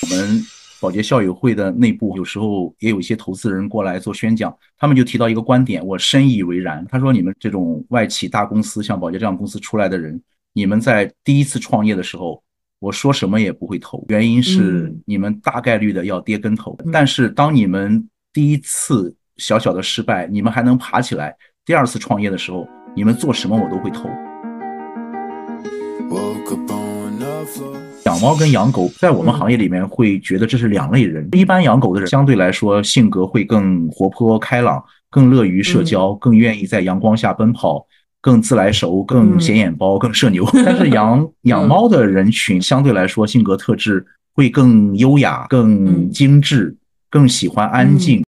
们保洁校友会的内部有时候也有一些投资人过来做宣讲，他们就提到一个观点，我深以为然。他说你们这种外企大公司，像保洁这样公司出来的人，你们在第一次创业的时候，我说什么也不会投，原因是你们大概率的要跌跟头。但是当你们第一次小小的失败，你们还能爬起来，第二次创业的时候，你们做什么我都会投。养猫跟养狗在我们行业里面会觉得这是两类人，一般养狗的人相对来说性格会更活泼开朗，更乐于社交，更愿意在阳光下奔跑，更自来熟，更显眼包，更社牛。但是养猫的人群相对来说性格特质会更优雅，更精致，更喜欢安静。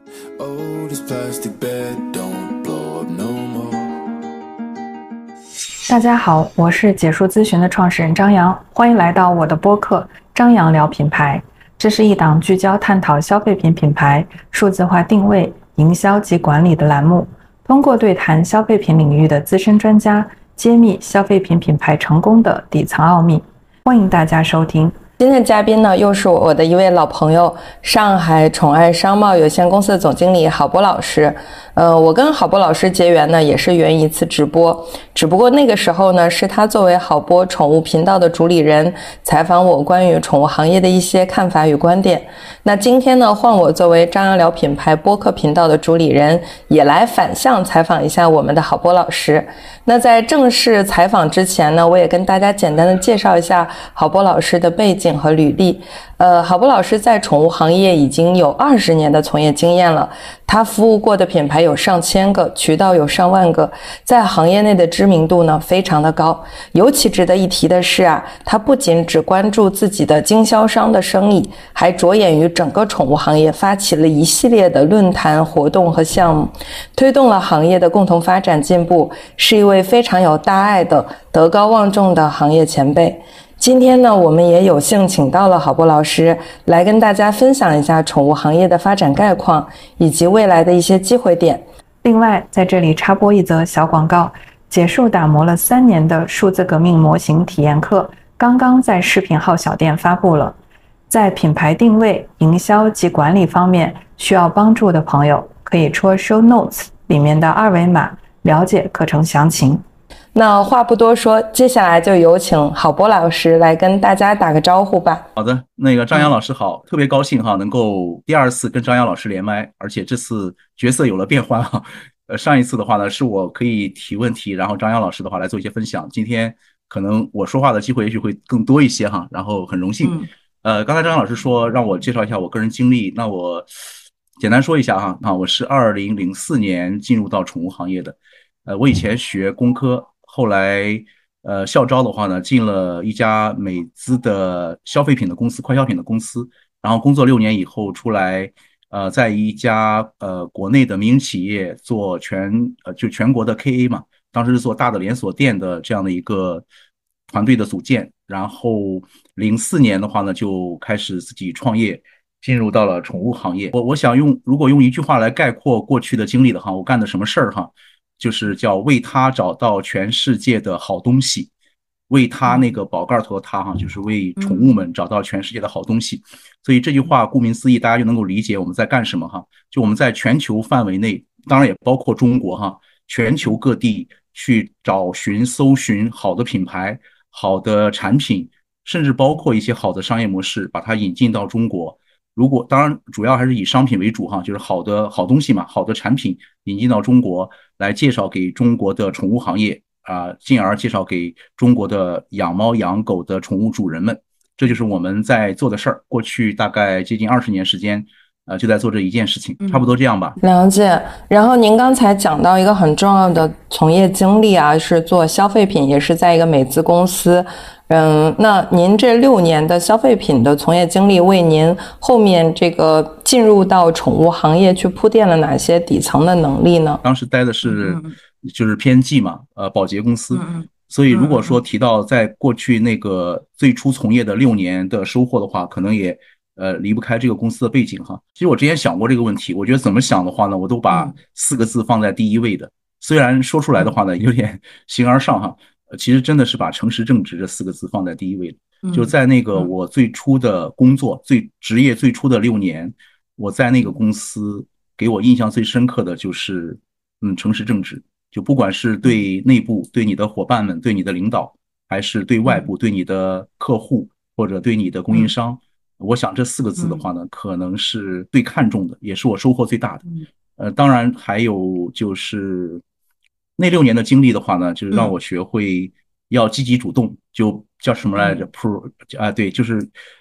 大家好，我是解数咨询的创始人张扬，欢迎来到我的播客张扬聊品牌。这是一档聚焦探讨消费品品牌、数字化定位、营销及管理的栏目，通过对谈消费品领域的资深专家，揭秘消费品品牌成功的底层奥秘。欢迎大家收听。 今天的嘉宾呢，又是我的一位老朋友，上海宠爱商贸有限公司的总经理郝波老师。我跟郝波老师结缘呢，也是源于一次直播，只不过那个时候呢，是他作为郝波宠物频道的主理人，采访我关于宠物行业的一些看法与观点。那今天呢，换我作为张扬聊品牌播客频道的主理人，也来反向采访一下我们的郝波老师。那在正式采访之前呢，我也跟大家简单的介绍一下郝波老师的背景和履历。郝波老师在宠物行业已经有20年的从业经验了，他服务过的品牌有上千个，渠道有上万个，在行业内的知名度呢非常的高。尤其值得一提的是啊，他不仅只关注自己的经销商的生意，还着眼于整个宠物行业，发起了一系列的论坛活动和项目，推动了行业的共同发展进步，是一位非常有大爱的德高望重的行业前辈。今天呢，我们也有幸请到了郝波老师来跟大家分享一下宠物行业的发展概况以及未来的一些机会点。 另外，在这里插播一则小广告，解数打磨了3年的数字革命模型体验课刚刚在视频号小店发布了。在品牌定位、营销及管理方面需要帮助的朋友，可以戳 show notes 里面的2维码了解课程详情。 那话不多说，接下来就有请郝波老师来跟大家打个招呼吧。 好的，那个张扬老师好，特别高兴哈，能够第2次跟张扬老师连麦，而且这次角色有了变换哈。上一次的话呢，是我可以提问题，然后张扬老师的话来做一些分享。今天可能我说话的机会也许会更多一些哈，然后很荣幸。刚才张扬老师说让我介绍一下我个人经历，那我简单说一下哈。我是2004年进入到宠物行业的，我以前学工科。后来，校招的话呢，进了一家美资的消费品的公司，快消品的公司，然后工作6年以后出来，在一家国内的民营企业做全国的 KA 嘛，当时是做大的连锁店的这样的一个团队的组建，然后04年的话呢，就开始自己创业，进入到了宠物行业。我想如果用一句话来概括过去的经历的话，我干的什么事儿哈？就是叫为他找到全世界的好东西，为他那个宝盖头的他哈，就是为宠物们找到全世界的好东西。所以这句话顾名思义，大家就能够理解我们在干什么哈。就我们在全球范围内，当然也包括中国哈，全球各地去搜寻好的品牌、好的产品，甚至包括一些好的商业模式，把它引进到中国。当然主要还是以商品为主哈，就是好东西嘛，好的产品引进到中国来介绍给中国的宠物行业进而介绍给中国的养猫养狗的宠物主人们。这就是我们在做的事儿。过去大概接近20年时间，就在做这一件事情，差不多这样吧。 了解。然后您刚才讲到一个很重要的从业经历啊，是做消费品，也是在一个美资公司。那您这6年的消费品的从业经历，为您后面这个进入到宠物行业去铺垫了哪些底层的能力呢？ 当时待的是就是偏技嘛，保洁公司。所以如果说提到在过去那个最初从业的6年的收获的话，可能也离不开这个公司的背景哈。其实我之前想过这个问题，我觉得怎么想的话呢，我都把4个字放在第一位的。虽然说出来的话呢有点形而上哈，其实真的是把诚实正直这4个字放在第一位的。 就在那个我最初的工作，职业最初的6年，我在那个公司给我印象最深刻的就是诚实正直。就不管是对内部、对你的伙伴们、对你的领导，还是对外部、对你的客户或者对你的供应商，我想这4个字的话呢，可能是最看重的，也是我收获最大的。当然还有就是那6年的经历的话呢，就是让我学会要积极主动，就叫什么来着对，就是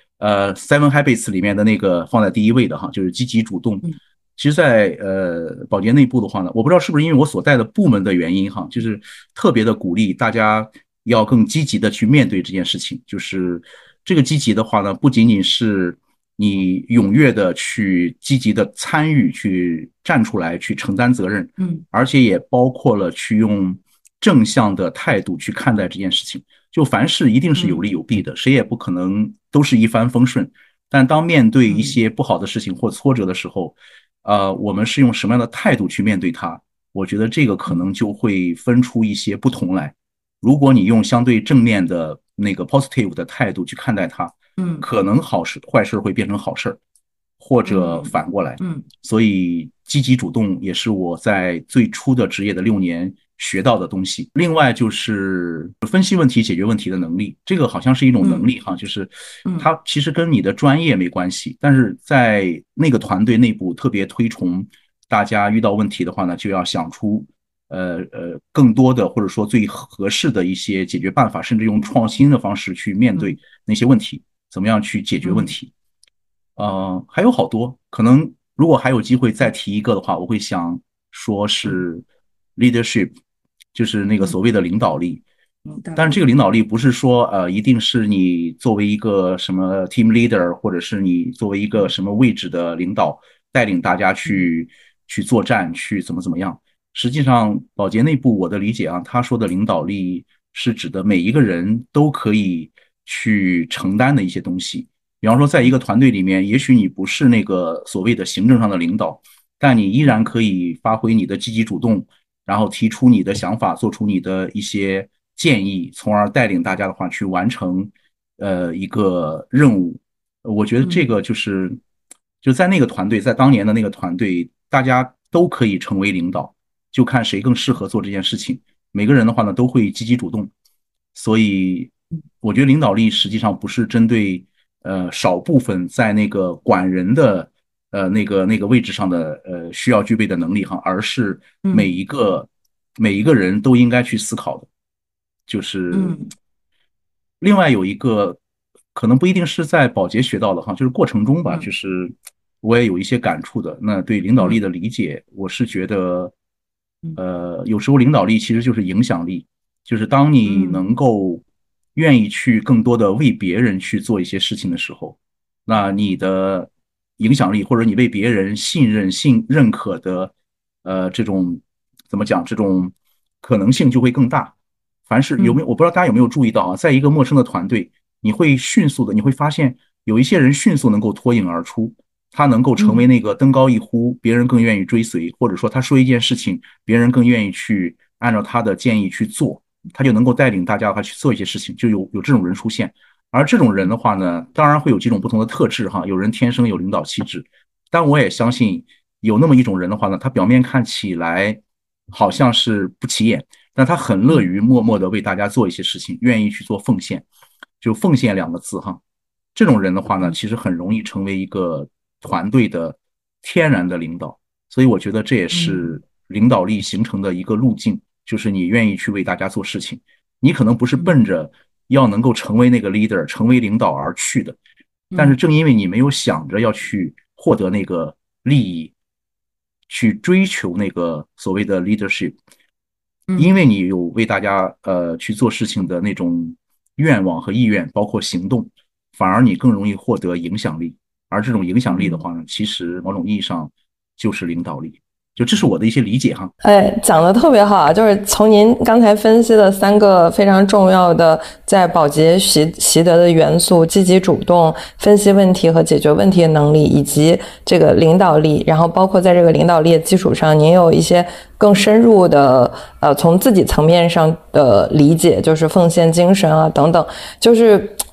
Seven Habits 里面的那个放在第一位的哈，就是积极主动。其实在宝洁内部的话呢，我不知道是不是因为我所在的部门的原因哈，就是特别的鼓励大家要更积极的去面对这件事情。就是这个积极的话呢，不仅仅是你踊跃的去积极的参与，去站出来，去承担责任，而且也包括了去用正向的态度去看待这件事情。就凡事一定是有利有弊的，谁也不可能都是一帆风顺。但当面对一些不好的事情或挫折的时候，我们是用什么样的态度去面对它？我觉得这个可能就会分出一些不同来。如果你用相对正面的那个 positive 的态度去看待它，可能坏事会变成好事，或者反过来。所以积极主动也是我在最初的职业的6年学到的东西。另外就是分析问题、解决问题的能力，这个好像是一种能力哈，就是它其实跟你的专业没关系，但是在那个团队内部特别推崇大家遇到问题的话呢，就要想出更多的或者说最合适的一些解决办法，甚至用创新的方式去面对那些问题，怎么样去解决问题。还有好多，可能如果还有机会再提一个的话，我会想说是 leadership， 就是那个所谓的领导力。但是这个领导力不是说一定是你作为一个什么 team leader， 或者是你作为一个什么位置的领导带领大家去作战，去怎么样。实际上宝洁内部我的理解啊，他说的领导力是指的每一个人都可以去承担的一些东西。比方说在一个团队里面，也许你不是那个所谓的行政上的领导，但你依然可以发挥你的积极主动，然后提出你的想法，做出你的一些建议，从而带领大家的话去完成一个任务。我觉得这个就在那个团队，在当年的那个团队，大家都可以成为领导，就看谁更适合做这件事情。每个人的话呢都会积极主动，所以我觉得领导力实际上不是针对少部分在那个管人的那个位置上的需要具备的能力哈，而是每一个人都应该去思考的。就是另外有一个可能不一定是在宝洁学到的哈，就是过程中吧，就是我也有一些感触的。那对领导力的理解，我是觉得有时候领导力其实就是影响力，就是当你能够愿意去更多的为别人去做一些事情的时候，那你的影响力或者你为别人认可的这种怎么讲，这种可能性就会更大。凡是有没有，我不知道大家有没有注意到啊，在一个陌生的团队，你会发现有一些人迅速能够脱颖而出，他能够成为那个登高一呼，别人更愿意追随，或者说他说一件事情，别人更愿意去按照他的建议去做，他就能够带领大家的话去做一些事情，就有这种人出现。而这种人的话呢，当然会有几种不同的特质哈，有人天生有领导气质，但我也相信有那么一种人的话呢，他表面看起来好像是不起眼，但他很乐于默默的为大家做一些事情，愿意去做奉献，就奉献2个字哈。这种人的话呢，其实很容易成为一个团队的天然的领导，所以我觉得这也是领导力形成的一个路径，就是你愿意去为大家做事情。你可能不是奔着要能够成为那个 leader， 成为领导而去的，但是正因为你没有想着要去获得那个利益，去追求那个所谓的 leadership，因为你有为大家去做事情的那种愿望和意愿，包括行动，反而你更容易获得影响力。而这种影响力的话呢，其实某种意义上就是领导力。就这是我的一些理解哈。 讲得特别好啊！就是从您刚才分析的3个非常重要的在宝洁习得的元素：积极主动、分析问题和解决问题的能力，以及这个领导力。然后包括在这个领导力的基础上，您有一些更深入的从自己层面上的理解，就是奉献精神啊等等。就是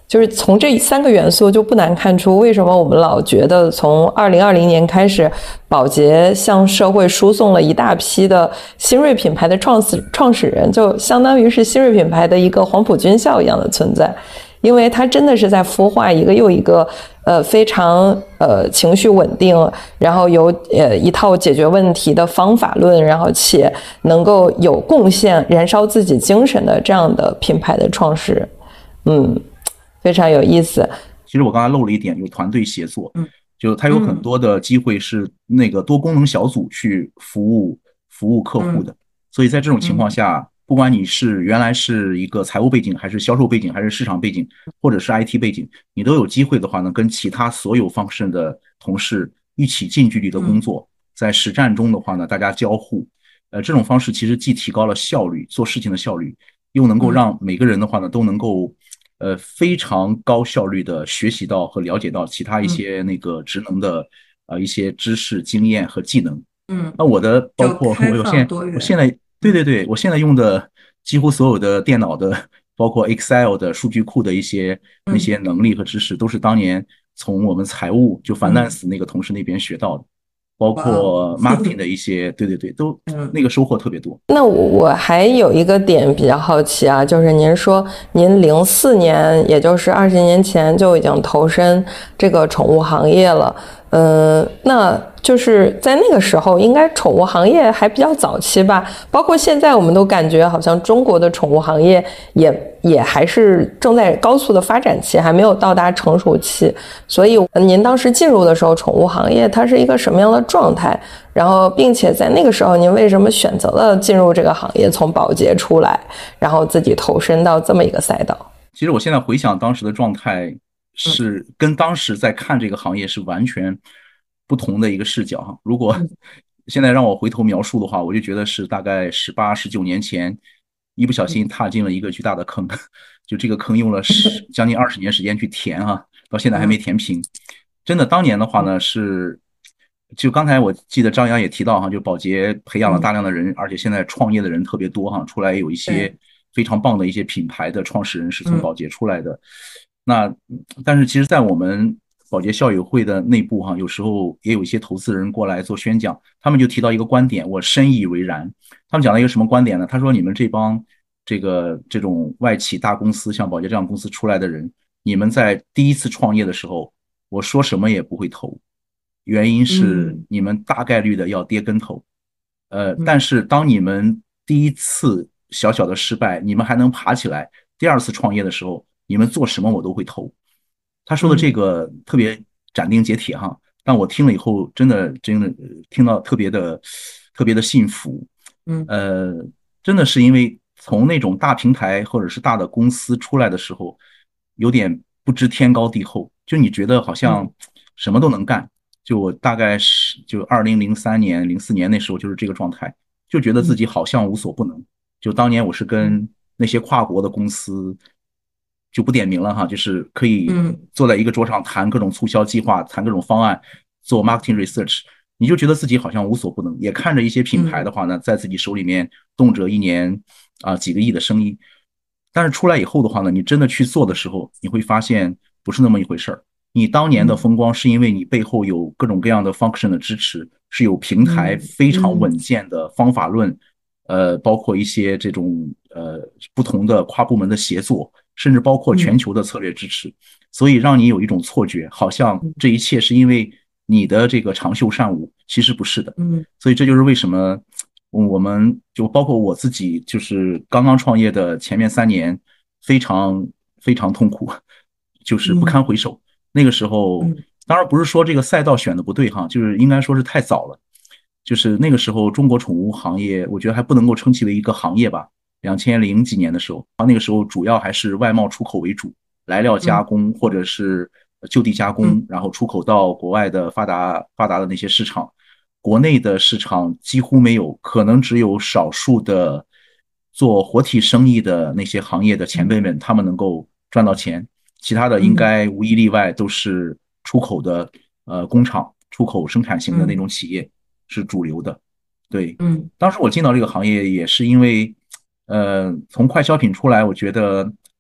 就是从这3个元素就不难看出，为什么我们老觉得从2020年开始，宝洁向社会输送了一大批的新锐品牌的创始人，就相当于是新锐品牌的一个黄埔军校一样的存在。因为它真的是在孵化一个又一个非常情绪稳定，然后有一套解决问题的方法论，然后且能够有贡献、燃烧自己精神的这样的品牌的创始人，非常有意思。 其实我刚才漏了一点，有团队协作，就它有很多的机会是那个多功能小组去服务客户的，所以在这种情况下。不管你是原来是一个财务背景，还是销售背景，还是市场背景，或者是 IT 背景，你都有机会的话呢，跟其他所有function的同事一起近距离的工作，在实战中的话呢，大家交互，这种方式其实既提高了效率，做事情的效率，又能够让每个人的话呢，都能够非常高效率的学习到和了解到其他一些那个职能的一些知识、经验和技能。那我的包括我现在。对，我现在用的几乎所有的电脑的，包括 Excel 的数据库的那些能力和知识，都是当年从我们财务就Finance那个同事那边学到的，包括 marketing 的一些，对，都那个收获特别多。 那我还有一个点比较好奇啊，就是您说您04年，也就是20年前就已经投身这个宠物行业了，那就是在那个时候应该宠物行业还比较早期吧，包括现在我们都感觉好像中国的宠物行业也还是正在高速的发展期，还没有到达成熟期。所以您当时进入的时候，宠物行业它是一个什么样的状态，然后并且在那个时候您为什么选择了进入这个行业，从宝洁出来，然后自己投身到这么一个赛道。 其实我现在回想当时的状态，是跟当时在看这个行业是完全不同的一个视角哈。如果现在让我回头描述的话，我就觉得是大概18、19年前，一不小心踏进了一个巨大的坑，就这个坑用了将近20年时间去填哈，到现在还没填平。真的，当年的话呢就刚才我记得张扬也提到哈，就宝洁培养了大量的人，而且现在创业的人特别多哈，出来有一些非常棒的一些品牌的创始人是从宝洁出来的。但是其实，在我们宝洁校友会的内部哈，有时候也有一些投资人过来做宣讲，他们就提到一个观点，我深以为然。他们讲了一个什么观点呢？他说你们这帮这种外企大公司，像宝洁这样公司出来的人，你们在第一次创业的时候，我说什么也不会投，原因是你们大概率的要跌跟头。但是当你们第一次小小的失败，你们还能爬起来，第二次创业的时候，你们做什么我都会投。他说的这个特别斩钉截铁哈，但我听了以后真的听到特别的幸福。真的是因为从那种大平台或者是大的公司出来的时候，有点不知天高地厚，就你觉得好像什么都能干。就我大概是就2003年、04年那时候就是这个状态，就觉得自己好像无所不能。就当年我是跟那些跨国的公司，就不点名了哈，就是可以坐在一个桌上谈各种促销计划，谈各种方案，做 marketing research， 你就觉得自己好像无所不能。也看着一些品牌的话呢，在自己手里面动辄一年几个亿的生意，但是出来以后的话呢，你真的去做的时候，你会发现不是那么一回事儿。你当年的风光是因为你背后有各种各样的 function 的支持，是有平台非常稳健的方法论，包括一些这种不同的跨部门的协作，甚至包括全球的策略支持，所以让你有一种错觉，好像这一切是因为你的这个长袖善舞，其实不是的。所以这就是为什么我们就包括我自己，就是刚刚创业的前面3年，非常非常痛苦，就是不堪回首。那个时候，当然不是说这个赛道选的不对哈，就是应该说是太早了。就是那个时候，中国宠物行业，我觉得还不能够称其为一个行业吧。2000几年的时候，那个时候主要还是外贸出口为主，来料加工或者是就地加工，然后出口到国外的发达的那些市场。国内的市场几乎没有，可能只有少数的做活体生意的那些行业的前辈们，他们能够赚到钱。其他的应该无一例外都是出口的工厂、出口生产型的那种企业是主流的。对，当时我进到这个行业也是因为从快消品出来，我觉得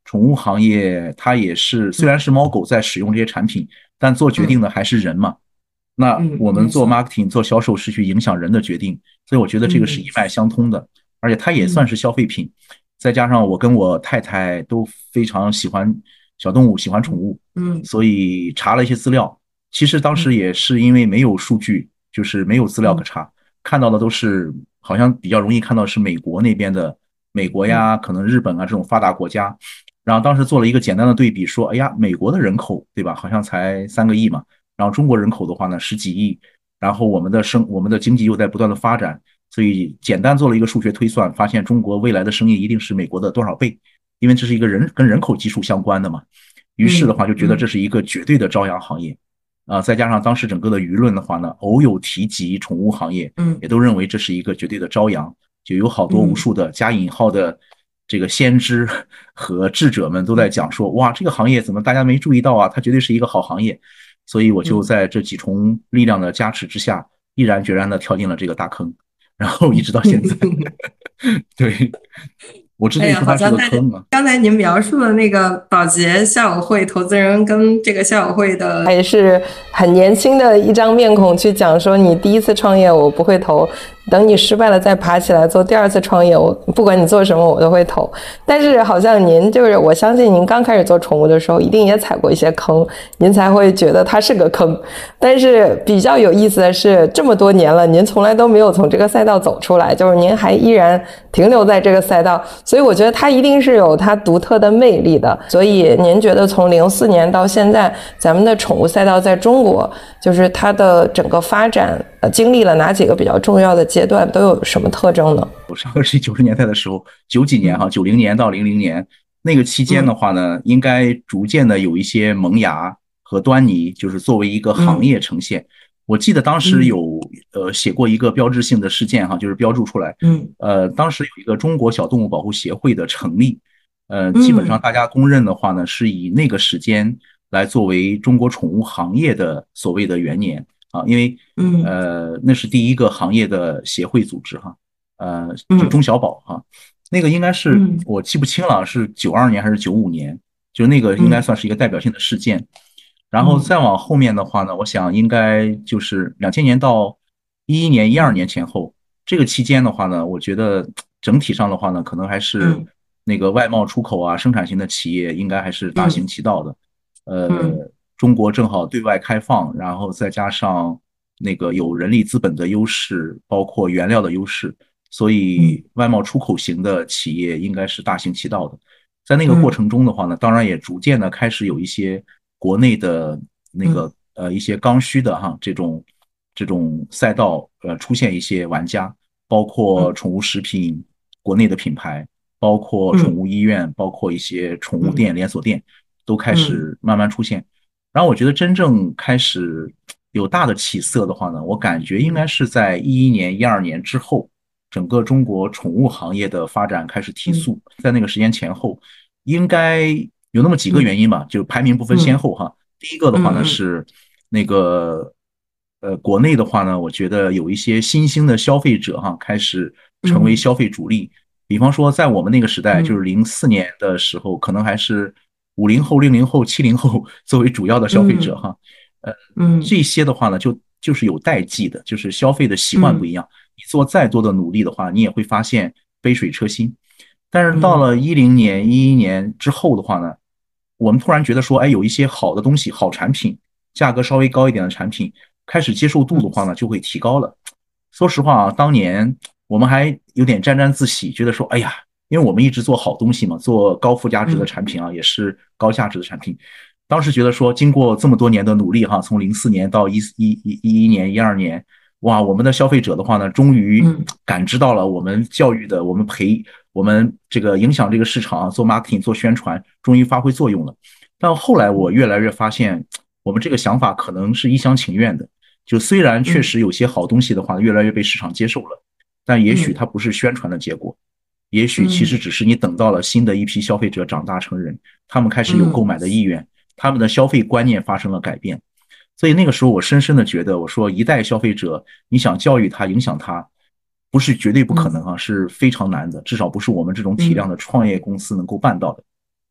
宠物行业它也是，虽然是猫狗在使用这些产品，但做决定的还是人嘛。那我们做没错， marketing 做销售是去影响人的决定，所以我觉得这个是一脉相通的，而且它也算嗯是消费品。再加上我跟我太太都非常喜欢小动物，喜欢宠物， 嗯所以查了一些资料。其实当时嗯也是因为没有数据，就是没有资料可嗯查，看到的都是好像比较容易看到是美国那边的，美国嗯呀，可能日本啊这种发达国家。然后当时做了一个简单的对比，说，哎呀，美国的人口对吧，好像才3个亿嘛，然后中国人口的话呢10几亿，然后我们的经济又在不断的发展，所以简单做了一个数学推算，发现中国未来的生意一定是美国的多少倍，因为这是一个跟人口基数相关的嘛。于是的话就觉得这是一个绝对的朝阳行业。再加上当时整个的舆论的话呢，偶有提及宠物行业， 嗯也都认为这是一个绝对的朝阳，就有好多无嗯数的加引号的这个先知和智者们都在讲说，哇，这个行业怎么大家没注意到啊？它绝对是一个好行业。所以我就嗯在这几重力量的加持之下，毅然决然的跳进了这个大坑，然后一直到现在。 嗯。 对，我之所以哎呀， 说它是好像大家个坑啊。 刚才您描述的那个保洁校友会投资人跟这个校友会的， 还是很年轻的一张面孔去讲说，你第一次创业我不会投，等你失败了再爬起来做第二次创业，我不管你做什么我都会投。但是好像您就是，我相信您刚开始做宠物的时候一定也踩过一些坑，您才会觉得它是个坑。但是比较有意思的是，这么多年了您从来都没有从这个赛道走出来，就是您还依然停留在这个赛道，所以我觉得它一定是有它独特的魅力的。所以您觉得从04年到现在，咱们的宠物赛道在中国就是它的整个发展经历了哪几个比较重要的阶段，都有什么特征呢？ 我上个世纪90年代的时候，九几年哈，90年到00年那个期间的话呢，应该逐渐的有一些萌芽和端倪，就是作为一个行业呈现。我记得当时有写过一个标志性的事件哈，就是标注出来，当时有一个中国小动物保护协会的成立，基本上大家公认的话呢，是以那个时间来作为中国宠物行业的所谓的元年啊，因为那是第一个行业的协会组织哈，就中小保哈，那个应该是我记不清了，是92年还是95年，就那个应该算是一个代表性的事件。然后再往后面的话呢，我想应该就是2000年到11年、12年前后这个期间的话呢，我觉得整体上的话呢，可能还是那个外贸出口啊，生产型的企业应该还是大行其道的。中国正好对外开放，然后再加上那个有人力资本的优势，包括原料的优势，所以外贸出口型的企业应该是大行其道的。在那个过程中的话呢，当然也逐渐的开始有一些国内的那个一些刚需的哈这种赛道出现一些玩家，包括宠物食品国内的品牌，包括宠物医院，包括一些宠物店连锁店都开始慢慢出现。然后我觉得真正开始有大的起色的话呢，我感觉应该是在11年、12年之后，整个中国宠物行业的发展开始提速，在那个时间前后，应该有那么几个原因吧，就排名不分先后哈。第一个的话呢是那个国内的话呢，我觉得有一些新兴的消费者哈，开始成为消费主力。比方说，在我们那个时代，就是04年的时候，可能还是50后、60后、70后作为主要的消费者哈。这些的话呢，就是有代际的，就是消费的习惯不一样。你做再多的努力的话，你也会发现杯水车薪。但是到了10年、11年之后的话呢，我们突然觉得说，哎，有一些好的东西、好产品，价格稍微高一点的产品，开始接受度的话呢，就会提高了。说实话啊，当年我们还有点沾沾自喜，觉得说，哎呀，因为我们一直做好东西嘛，做高附加值的产品啊，也是高价值的产品。当时觉得说，经过这么多年的努力哈，从04年到11年、12年，哇，我们的消费者的话呢，终于感知到了我们教育的，我们这个影响这个市场啊，做 marketing 做宣传，终于发挥作用了。但后来我越来越发现，我们这个想法可能是一厢情愿的。就虽然确实有些好东西的话，越来越被市场接受了，但也许它不是宣传的结果，也许其实只是你等到了新的一批消费者长大成人，他们开始有购买的意愿，他们的消费观念发生了改变。所以那个时候我深深的觉得，我说一代消费者，你想教育他、影响他，不是绝对不可能啊，是非常难的，至少不是我们这种体量的创业公司能够办到的。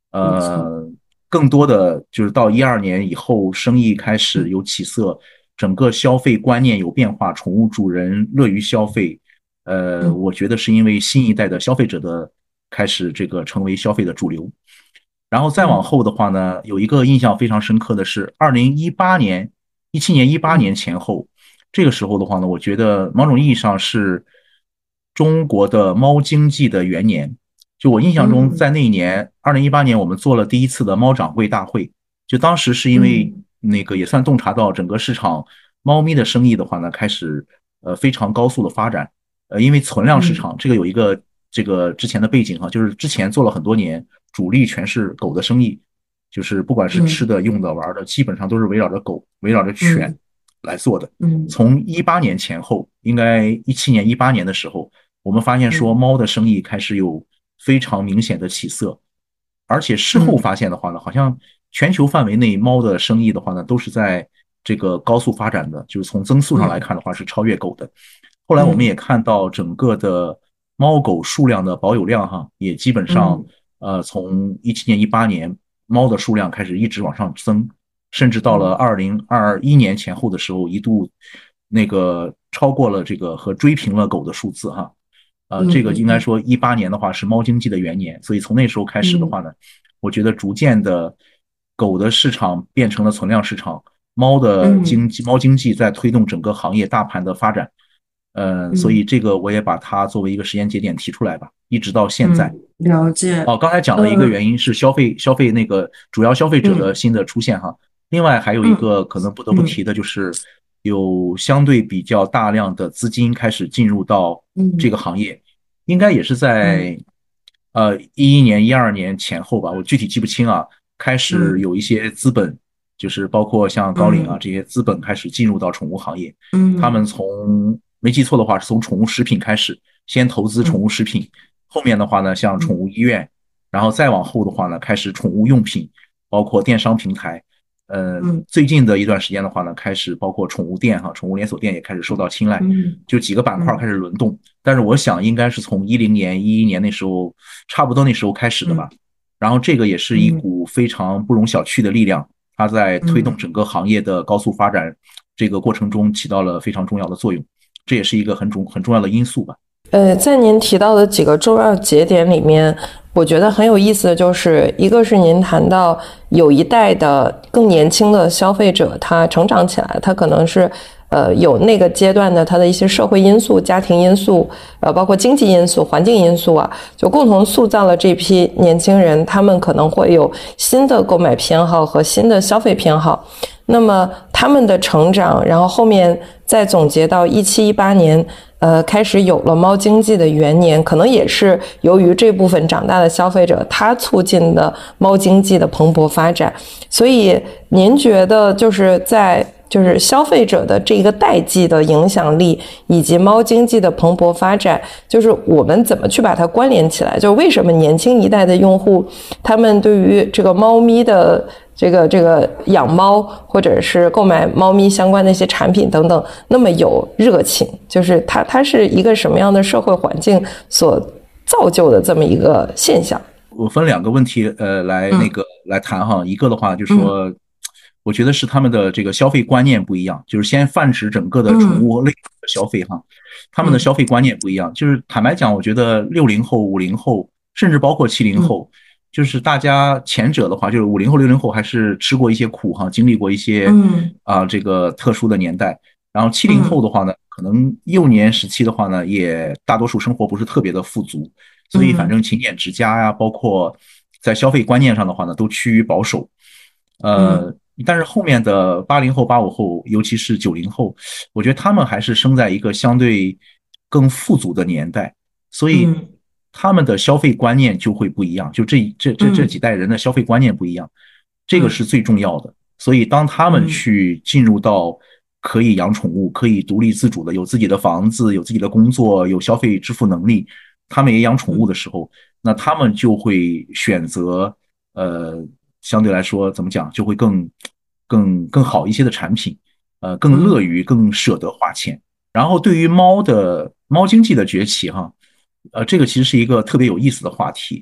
没错。 呃，更多的就是到12年以后，生意开始有起色，整个消费观念有变化，宠物主人乐于消费。 嗯我觉得是因为新一代的消费者的开始这个成为消费的主流。然后再往嗯后的话呢，有一个印象非常深刻的是2018年、17年、18年嗯前后，这个时候的话呢，我觉得某种意义上是中国的猫经济的元年。就我印象中， 嗯在那一年2018年，我们做了第一次的猫掌柜大会。就当时是因为嗯那个也算洞察到整个市场猫咪的生意的话呢，开始非常高速的发展。因为存量市嗯场这个有一个这个之前的背景哈，就是之前做了很多年，主力全是狗的生意，就是不管是吃嗯的、用的、玩的，基本上都是围绕着狗、围绕着犬嗯来做的。 嗯从18年前后，应该17年、18年的时候，我们发现说嗯猫的生意开始有非常明显的起色，而且事后嗯发现的话呢，好像全球范围内猫的生意的话呢，都是在这个高速发展的，就是从增速上来嗯看的话是超越狗的。后来我们也嗯看到整个的猫狗数量的保有量哈，也基本上嗯从17年、18年猫的数量开始一直往上增，甚至到了嗯 2021年前后的时候，一度那个超过了这个和追平了狗的数字哈。这个应该嗯说18年的话是猫经济的元年，所以从那时候开始的话嗯呢，我觉得逐渐的狗的市场变成了存量市场，猫经济在推动整个行业大盘的发展。所以嗯这个我也把它作为一个时间节点提出来吧，一直到现在。 了解。 哦，刚才讲了一个呃原因是消费那个主要消费者的嗯新的出现哈，另外还有一嗯个可能不得不提嗯的就是有相对比较大量的资金开始进入到这个嗯行业，应该也是嗯在11年、12年前后吧，我具体记不清啊，开始嗯有一些资本，就是包括像高瓴啊嗯这些资本开始进入到宠物行业，他们嗯从没记错的话是从宠物食品开始，先投资宠物嗯食品。后面的话呢，像宠嗯物医院，然后再往后的话呢，开始宠物用品，包括电商平台。 嗯最近的一段时间的话呢，开始包括宠物店哈，宠物连锁店也开始受到青睐， 嗯就几个板块开嗯始轮动。但是我想应该是从10年、11年那时候，差不多那时候开始的吧。 嗯然后这个也是一嗯股非常不容小觑的力量，它在推动嗯。 整个行业的高速发展这个过程中起到了非常重要的作用，这也是一个很重要的因素吧。 在您提到的几个重要节点里面，我觉得很有意思的就是，一个是您谈到有一代的更年轻的消费者，他成长起来，他可能是有那个阶段的他的一些社会因素、家庭因素，包括经济因素、环境因素啊，就共同塑造了这批年轻人，他们可能会有新的购买偏好和新的消费偏好。那么他们的成长，然后后面再总结到17、18年，开始有了猫经济的元年，可能也是由于这部分长大的消费者，他促进的猫经济的蓬勃发展。所以您觉得就是消费者的这个代际的影响力，以及猫经济的蓬勃发展，就是我们怎么去把它关联起来？就是为什么年轻一代的用户，他们对于这个猫咪的这个养猫或者是购买猫咪相关的一些产品等等，那么有热情，就是它是一个什么样的社会环境所造就的这么一个现象？ 我分两个问题，来谈哈。一个的话就是嗯说，我觉得是他们的这个消费观念不一样，就是先泛指整个的宠嗯物类的消费哈，他们的嗯消费观念不一样。就是坦白讲，我觉得60后、50后，甚至包括70后，就是大家前者的话，就是50后、60后还是吃过一些苦哈，经历过一些嗯这个特殊的年代。然后70后嗯的话呢，可能幼年时期的话呢，也大多数生活不是特别的富足，所以反嗯正勤俭持家呀，包括在消费观念上的话呢，都趋于保守。 嗯但是后面的80后、85后，尤其是90后，我觉得他们还是生在一个相对更富足的年代，所以嗯他们的消费观念就会不一样，就这几代人的消费观念不一样，这个是最重要的。所以当他们去进入到可以养宠物、可以独立自主的，有自己的房子、有自己的工作、有消费支付能力，他们也养宠物的时候，那他们就会选择相对来说怎么讲，就会更好一些的产品，更乐于、更舍得花钱。然后对于猫经济的崛起哈，这个其实是一个特别有意思的话题。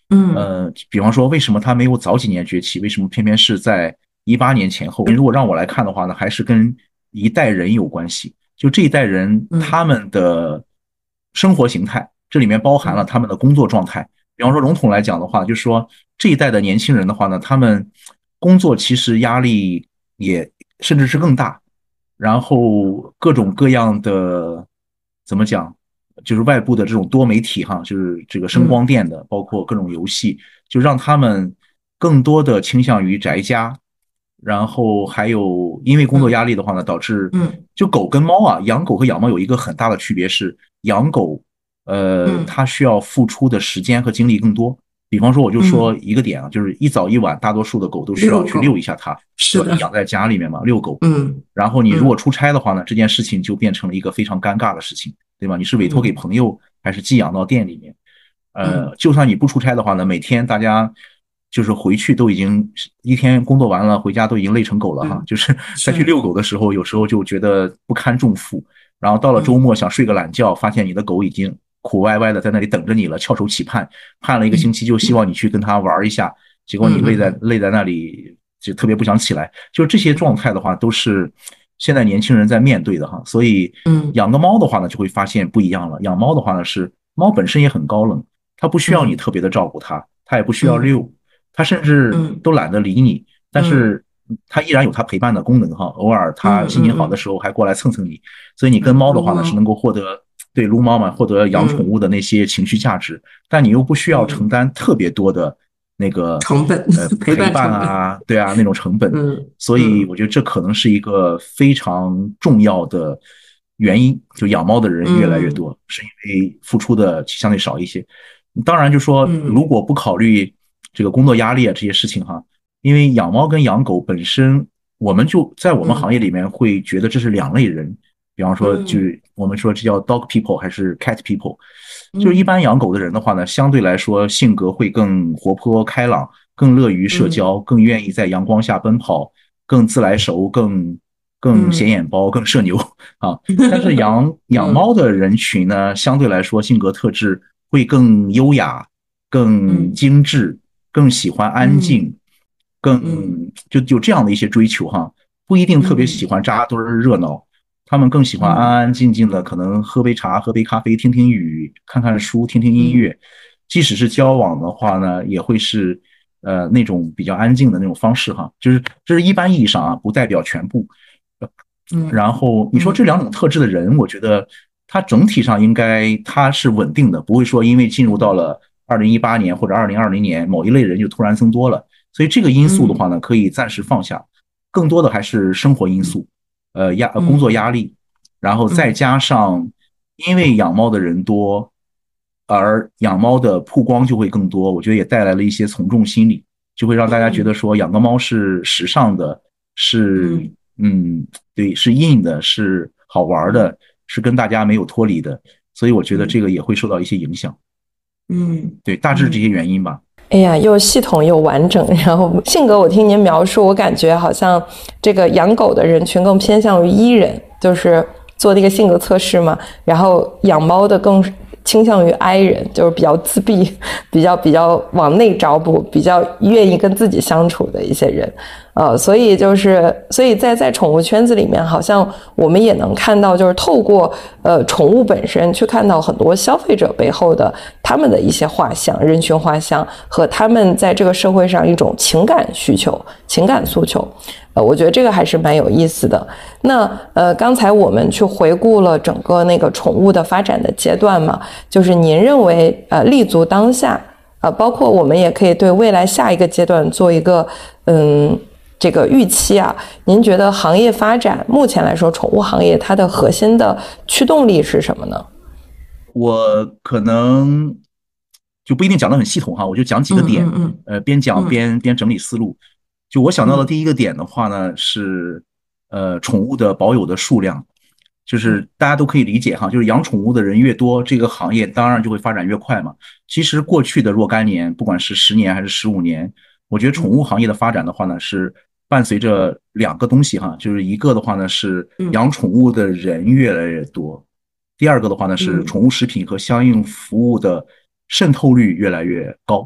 比方说为什么它没有早几年崛起，为什么偏偏是在18年前后？如果让我来看的话呢，还是跟一代人有关系。就这一代人他们的生活形态，这里面包含了他们的工作状态。比方说笼统来讲的话，就是说这一代的年轻人的话呢，他们工作其实压力也甚至是更大，然后各种各样的怎么讲，就是外部的这种多媒体哈，就是这个声光电的，包括各种游戏，就让他们更多的倾向于宅家。然后还有因为工作压力的话呢，导致就狗跟猫啊，养狗和养猫有一个很大的区别是，养狗它需要付出的时间和精力更多。比方说，我就说一个点啊，就是一早一晚，大多数的狗都需要去遛一下它， 是的， 你养在家里面嘛，遛狗。然后你如果出差的话呢，这件事情就变成了一个非常尴尬的事情，对吧？你是委托给朋友，还是寄养到店里面？就算你不出差的话呢，每天大家就是回去都已经一天工作完了，回家都已经累成狗了哈。就是再去遛狗的时候，有时候就觉得不堪重负。然后到了周末想睡个懒觉，发现你的狗已经苦歪歪的在那里等着你了，翘首企盼，盼了一个星期，就希望你去跟它玩一下。结果你累在那里，就特别不想起来。就是这些状态的话，都是现在年轻人在面对的哈。所以，养个猫的话呢，就会发现不一样了。养猫的话呢，是猫本身也很高冷，它不需要你特别的照顾它，它也不需要遛，它甚至都懒得理你，但是它依然有它陪伴的功能哈。偶尔它心情好的时候还过来蹭蹭你，所以你跟猫的话呢，是能够获得对撸猫嘛，获得养宠物的那些情绪价值，但你又不需要承担特别多的那个成本， 陪伴啊，对啊，那种成本。所以我觉得这可能是一个非常重要的原因，就养猫的人越来越多，是因为付出的相对少一些。当然就说如果不考虑这个工作压力啊这些事情哈，因为养猫跟养狗本身，我们就在我们行业里面会觉得这是两类人。比方说，就是我们说这叫 dog people 还是 cat people， 就是一般养狗的人的话呢，相对来说性格会更活泼开朗，更乐于社交，更愿意在阳光下奔跑，更自来熟，更显眼包，更社牛啊。但是养猫的人群呢，相对来说性格特质会更优雅，更精致，更喜欢安静，更就这样的一些追求哈，不一定特别喜欢扎堆热闹。他们更喜欢安安静静的，可能喝杯茶、喝杯咖啡、听听雨、看看书、听听音乐。即使是交往的话呢，也会是那种比较安静的那种方式哈。就是这是一般意义上啊，不代表全部。然后你说这两种特质的人，我觉得他整体上应该他是稳定的，不会说因为进入到了2018年或者2020年，某一类人就突然增多了。所以这个因素的话呢，可以暂时放下，更多的还是生活因素。工作压力，然后再加上因为养猫的人多，而养猫的曝光就会更多，我觉得也带来了一些从众心理，就会让大家觉得说养个猫是时尚的，是对，是硬的，是好玩的，是跟大家没有脱离的，所以我觉得这个也会受到一些影响。对，大致这些原因吧。 哎呀，又系统又完整，然后性格我听您描述，我感觉好像这个养狗的人群更偏向于 E 人，就是做那个性格测试嘛，然后养猫的更倾向于 I 人，就是比较自闭，比较往内找补，比较愿意跟自己相处的一些人。所以在宠物圈子里面，好像我们也能看到，就是透过宠物本身去看到很多消费者背后的他们的一些画像、人群画像和他们在这个社会上一种情感需求、情感诉求。我觉得这个还是蛮有意思的。那刚才我们去回顾了整个那个宠物的发展的阶段嘛，就是您认为立足当下包括我们也可以对未来下一个阶段做一个这个预期啊，您觉得行业发展目前来说，宠物行业它的核心的驱动力是什么呢？ 我可能就不一定讲得很系统哈，我就讲几个点，边讲边整理思路。就我想到的第一个点的话呢，是宠物的保有的数量，就是大家都可以理解哈，就是养宠物的人越多，这个行业当然就会发展越快嘛。其实过去的若干年，不管是10年还是15年，我觉得宠物行业的发展的话呢，是伴随着两个东西哈，就是一个的话呢是养宠物的人越来越多，第二个的话呢是宠物食品和相应服务的渗透率越来越高。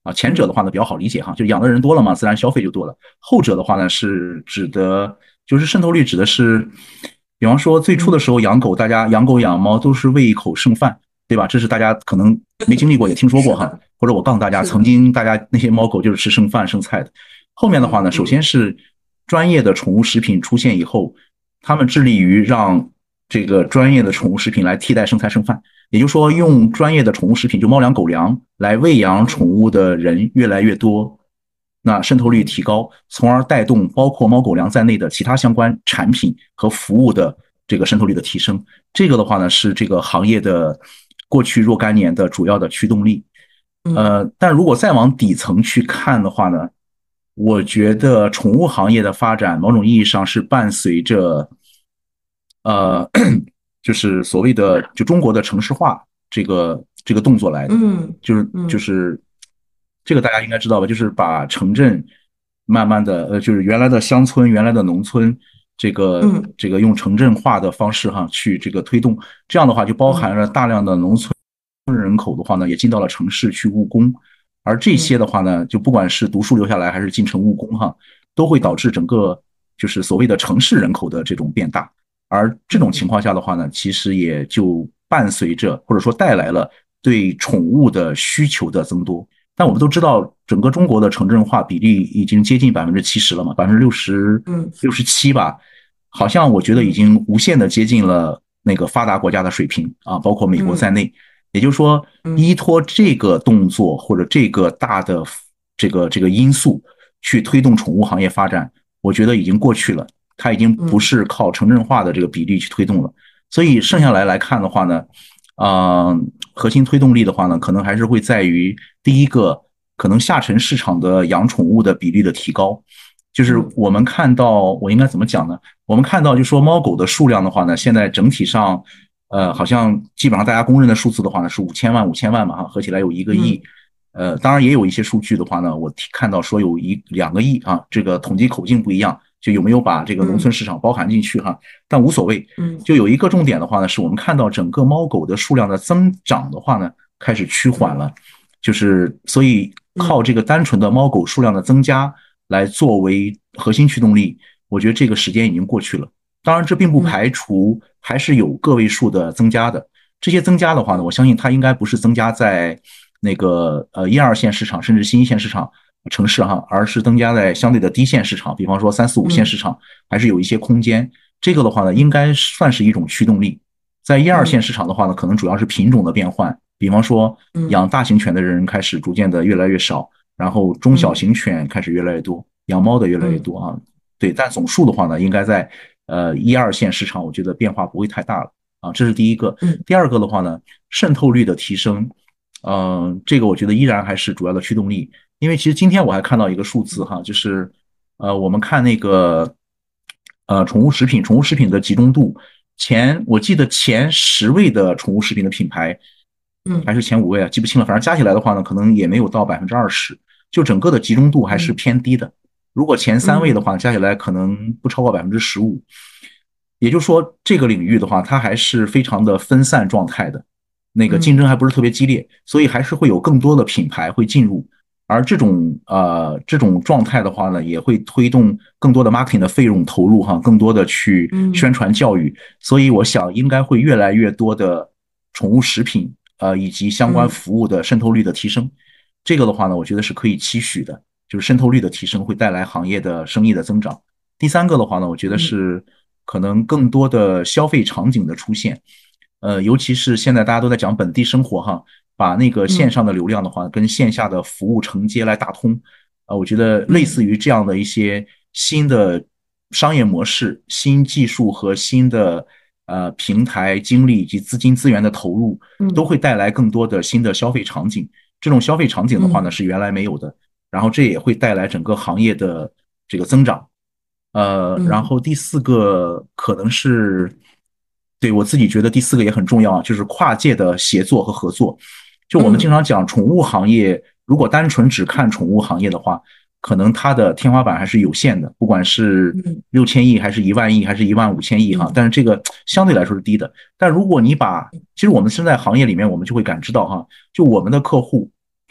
啊。前者的话呢比较好理解哈，就养的人多了嘛，自然消费就多了。后者的话呢是指的，就是渗透率指的是，比方说最初的时候养狗，大家养狗养猫都是为一口剩饭，对吧？这是大家可能没经历过也听说过哈，或者我告诉大家，曾经大家那些猫狗就是吃剩饭剩菜的。后面的话呢，首先是专业的宠物食品出现以后，他们致力于让这个专业的宠物食品来替代剩菜剩饭，也就是说，用专业的宠物食品，就猫粮、狗粮来喂养宠物的人越来越多，那渗透率提高，从而带动包括猫狗粮在内的其他相关产品和服务的这个渗透率的提升。这个的话呢，是这个行业的过去若干年的主要的驱动力。但如果再往底层去看的话呢，我觉得宠物行业的发展，某种意义上是伴随着，呃，就是所谓的就中国的城市化这个动作来的，就是这个大家应该知道吧？就是把城镇慢慢的就是原来的乡村、原来的农村，这个用城镇化的方式哈去这个推动，这样的话就包含了大量的农村人口的话呢，也进到了城市去务工。而这些的话呢，就不管是读书留下来还是进城务工哈，都会导致整个就是所谓的城市人口的这种变大。而这种情况下的话呢，其实也就伴随着或者说带来了对宠物的需求的增多。但我们都知道，整个中国的城镇化比例已经接近70%了嘛，67%吧，好像我觉得已经无限的接近了那个发达国家的水平啊，包括美国在内。也就是说，依托这个动作或者这个大的这个因素去推动宠物行业发展，我觉得已经过去了。它已经不是靠城镇化的这个比例去推动了。所以剩下来看的话呢，核心推动力的话呢，可能还是会在于第一个，可能下沉市场的养宠物的比例的提高。就是我们看到，我应该怎么讲呢？我们看到，就说猫狗的数量的话呢，现在整体上，好像基本上大家公认的数字的话呢是5000万嘛，哈，合起来有1个亿。当然也有一些数据的话呢，我看到说有2个亿啊，这个统计口径不一样，就有没有把这个农村市场包含进去哈，但无所谓。就有一个重点的话呢，是我们看到整个猫狗的数量的增长的话呢，开始趋缓了，就是所以靠这个单纯的猫狗数量的增加来作为核心驱动力，我觉得这个时间已经过去了。当然，这并不排除还是有个位数的增加的。这些增加的话呢，我相信它应该不是增加在那个1、2线市场，甚至新一线市场城市哈，而是增加在相对的低线市场，比方说3、4、5线市场，还是有一些空间。这个的话呢，应该算是一种驱动力。在1、2线市场的话呢，可能主要是品种的变换，比方说养大型犬的人开始逐渐的越来越少，然后中小型犬开始越来越多，养猫的越来越多啊。对，但总数的话呢，应该在1、2线市场，我觉得变化不会太大了啊。这是第一个。第二个的话呢，渗透率的提升，这个我觉得依然还是主要的驱动力。因为其实今天我还看到一个数字哈，就是我们看那个宠物食品的集中度，我记得前10位的宠物食品的品牌，还是前5位啊，记不清了。反正加起来的话呢，可能也没有到20%，就整个的集中度还是偏低的。如果前3位的话，加起来可能不超过15%。也就是说，这个领域的话，它还是非常的分散状态的，那个竞争还不是特别激烈，所以还是会有更多的品牌会进入。而这种状态的话呢，也会推动更多的 marketing 的费用投入哈，更多的去宣传教育。所以我想应该会越来越多的宠物食品以及相关服务的渗透率的提升。这个的话呢，我觉得是可以期许的，就是渗透率的提升会带来行业的生意的增长。第三个的话呢，我觉得是可能更多的消费场景的出现，尤其是现在大家都在讲本地生活哈，把那个线上的流量的话跟线下的服务承接来打通，我觉得类似于这样的一些新的商业模式、新技术和新的平台精力以及资金资源的投入，都会带来更多的新的消费场景。这种消费场景的话呢，是原来没有的，然后这也会带来整个行业的这个增长。然后第4个可能是，对我自己觉得第4个也很重要啊，就是跨界的协作和合作。就我们经常讲宠物行业，如果单纯只看宠物行业的话，可能它的天花板还是有限的，不管是6000亿还是1万亿还是15000亿哈，但是这个相对来说是低的。但如果你其实我们身在行业里面，我们就会感知到哈，就我们的客户，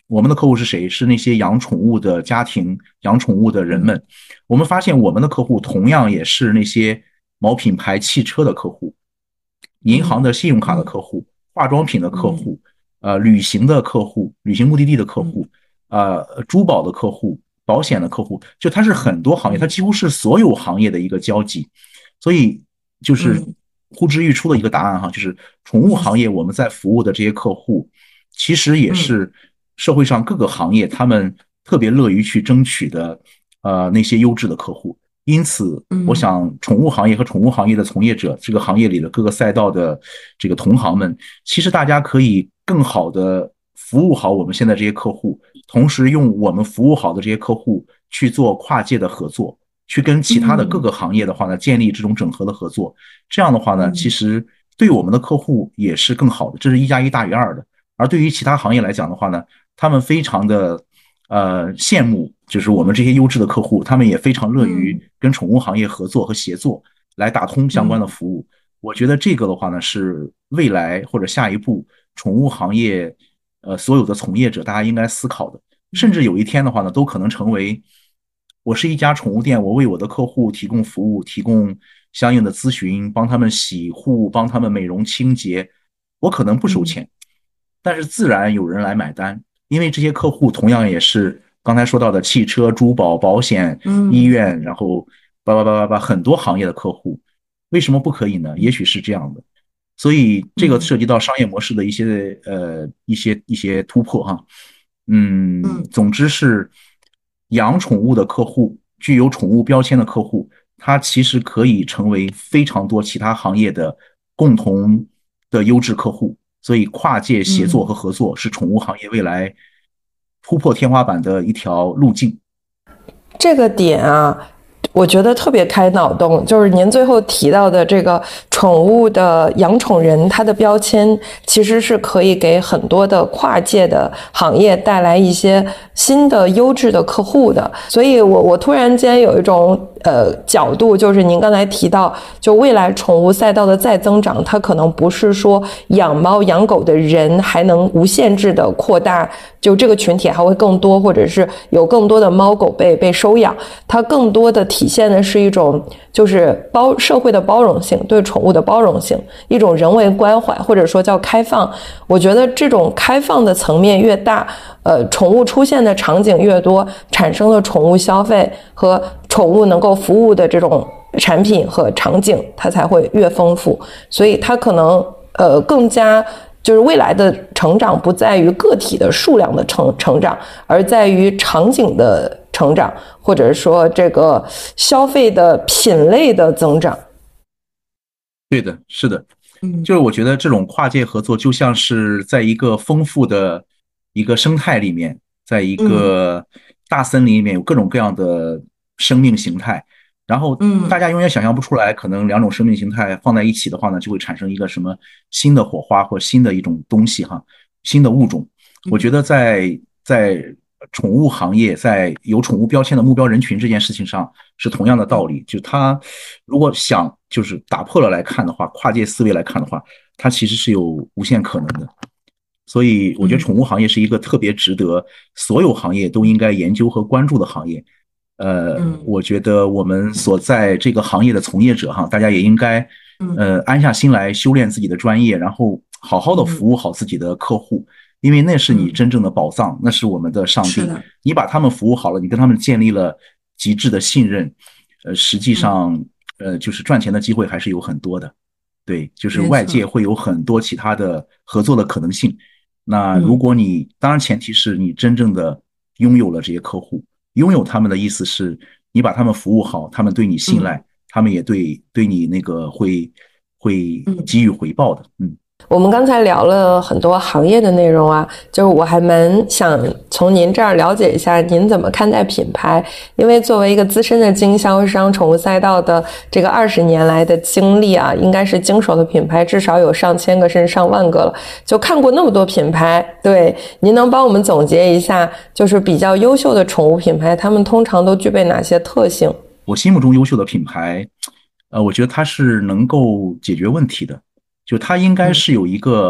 我们的客户是谁？是那些养宠物的家庭、养宠物的人们。我们发现我们的客户同样也是那些某品牌汽车的客户、银行的信用卡的客户、化妆品的客户、旅行的客户、旅行目的地的客户、珠宝的客户、保险的客户，就它是很多行业，它几乎是所有行业的一个交集。所以就是呼之欲出的一个答案哈，就是宠物行业我们在服务的这些客户，其实也是社会上各个行业他们特别乐于去争取的那些优质的客户。因此，我想宠物行业和宠物行业的从业者，这个行业里的各个赛道的这个同行们，其实大家可以更好的服务好我们现在这些客户，同时用我们服务好的这些客户去做跨界的合作，去跟其他的各个行业的话呢，建立这种整合的合作。这样的话呢，其实对我们的客户也是更好的，这是1+1大于2的。而对于其他行业来讲的话呢，他们非常的羡慕，就是我们这些优质的客户，他们也非常乐于跟宠物行业合作和协作，来打通相关的服务。我觉得这个的话呢，是未来或者下一步宠物行业所有的从业者大家应该思考的。甚至有一天的话呢，都可能成为我是一家宠物店，我为我的客户提供服务，提供相应的咨询，帮他们洗护，帮他们美容清洁，我可能不收钱，但是自然有人来买单，因为这些客户同样也是刚才说到的汽车、珠宝、保险、医院，然后很多行业的客户，为什么不可以呢？也许是这样的。所以这个涉及到商业模式的一些突破哈。总之是养宠物的客户，具有宠物标签的客户，它其实可以成为非常多其他行业的共同的优质客户。所以跨界协作和合作是宠物行业未来突破天花板的一条路径。 这个点啊，我觉得特别开脑洞，就是您最后提到的这个宠物的养宠人，它的标签其实是可以给很多的跨界的行业带来一些新的优质的客户的。所以我突然间有一种角度，就是您刚才提到，就未来宠物赛道的再增长，它可能不是说养猫养狗的人还能无限制的扩大，就这个群体还会更多，或者是有更多的猫狗被收养，它更多的体现的是一种就是社会的包容性，对宠物的包容性，一种人为关怀，或者说叫开放。我觉得这种开放的层面越大，宠物出现的场景越多，产生的宠物消费和宠物能够服务的这种产品和场景，它才会越丰富。所以它可能更加就是未来的成长不在于个体的数量的成长，而在于场景的成长，或者说这个消费的品类的增长。 对的，是的，就是我觉得这种跨界合作就像是在一个丰富的一个生态里面，在一个大森林里面有各种各样的生命形态，然后大家永远想象不出来，可能2种生命形态放在一起的话呢，就会产生一个什么新的火花或新的一种东西哈，新的物种。我觉得在宠物行业，在有宠物标签的目标人群这件事情上是同样的道理，就它如果想就是打破了来看的话，跨界思维来看的话，它其实是有无限可能的。所以我觉得宠物行业是一个特别值得所有行业都应该研究和关注的行业。我觉得我们所在这个行业的从业者哈，大家也应该安下心来修炼自己的专业，然后好好的服务好自己的客户，因为那是你真正的宝藏，那是我们的上帝。你把他们服务好了，你跟他们建立了极致的信任，实际上就是赚钱的机会还是有很多的。对，就是外界会有很多其他的合作的可能性。那如果你当然前提是你真正的拥有了这些客户，拥有他们的意思是你把他们服务好，他们对你信赖，他们也对你那个会给予回报的。 我们刚才聊了很多行业的内容啊，就是我还蛮想从您这儿了解一下您怎么看待品牌，因为作为一个资深的经销商，宠物赛道的这个20年来的经历啊，应该是经手的品牌至少有上千个甚至上万个了，就看过那么多品牌。对，您能帮我们总结一下，就是比较优秀的宠物品牌，他们通常都具备哪些特性？ 我心目中优秀的品牌，我觉得它是能够解决问题的。就它应该是有一个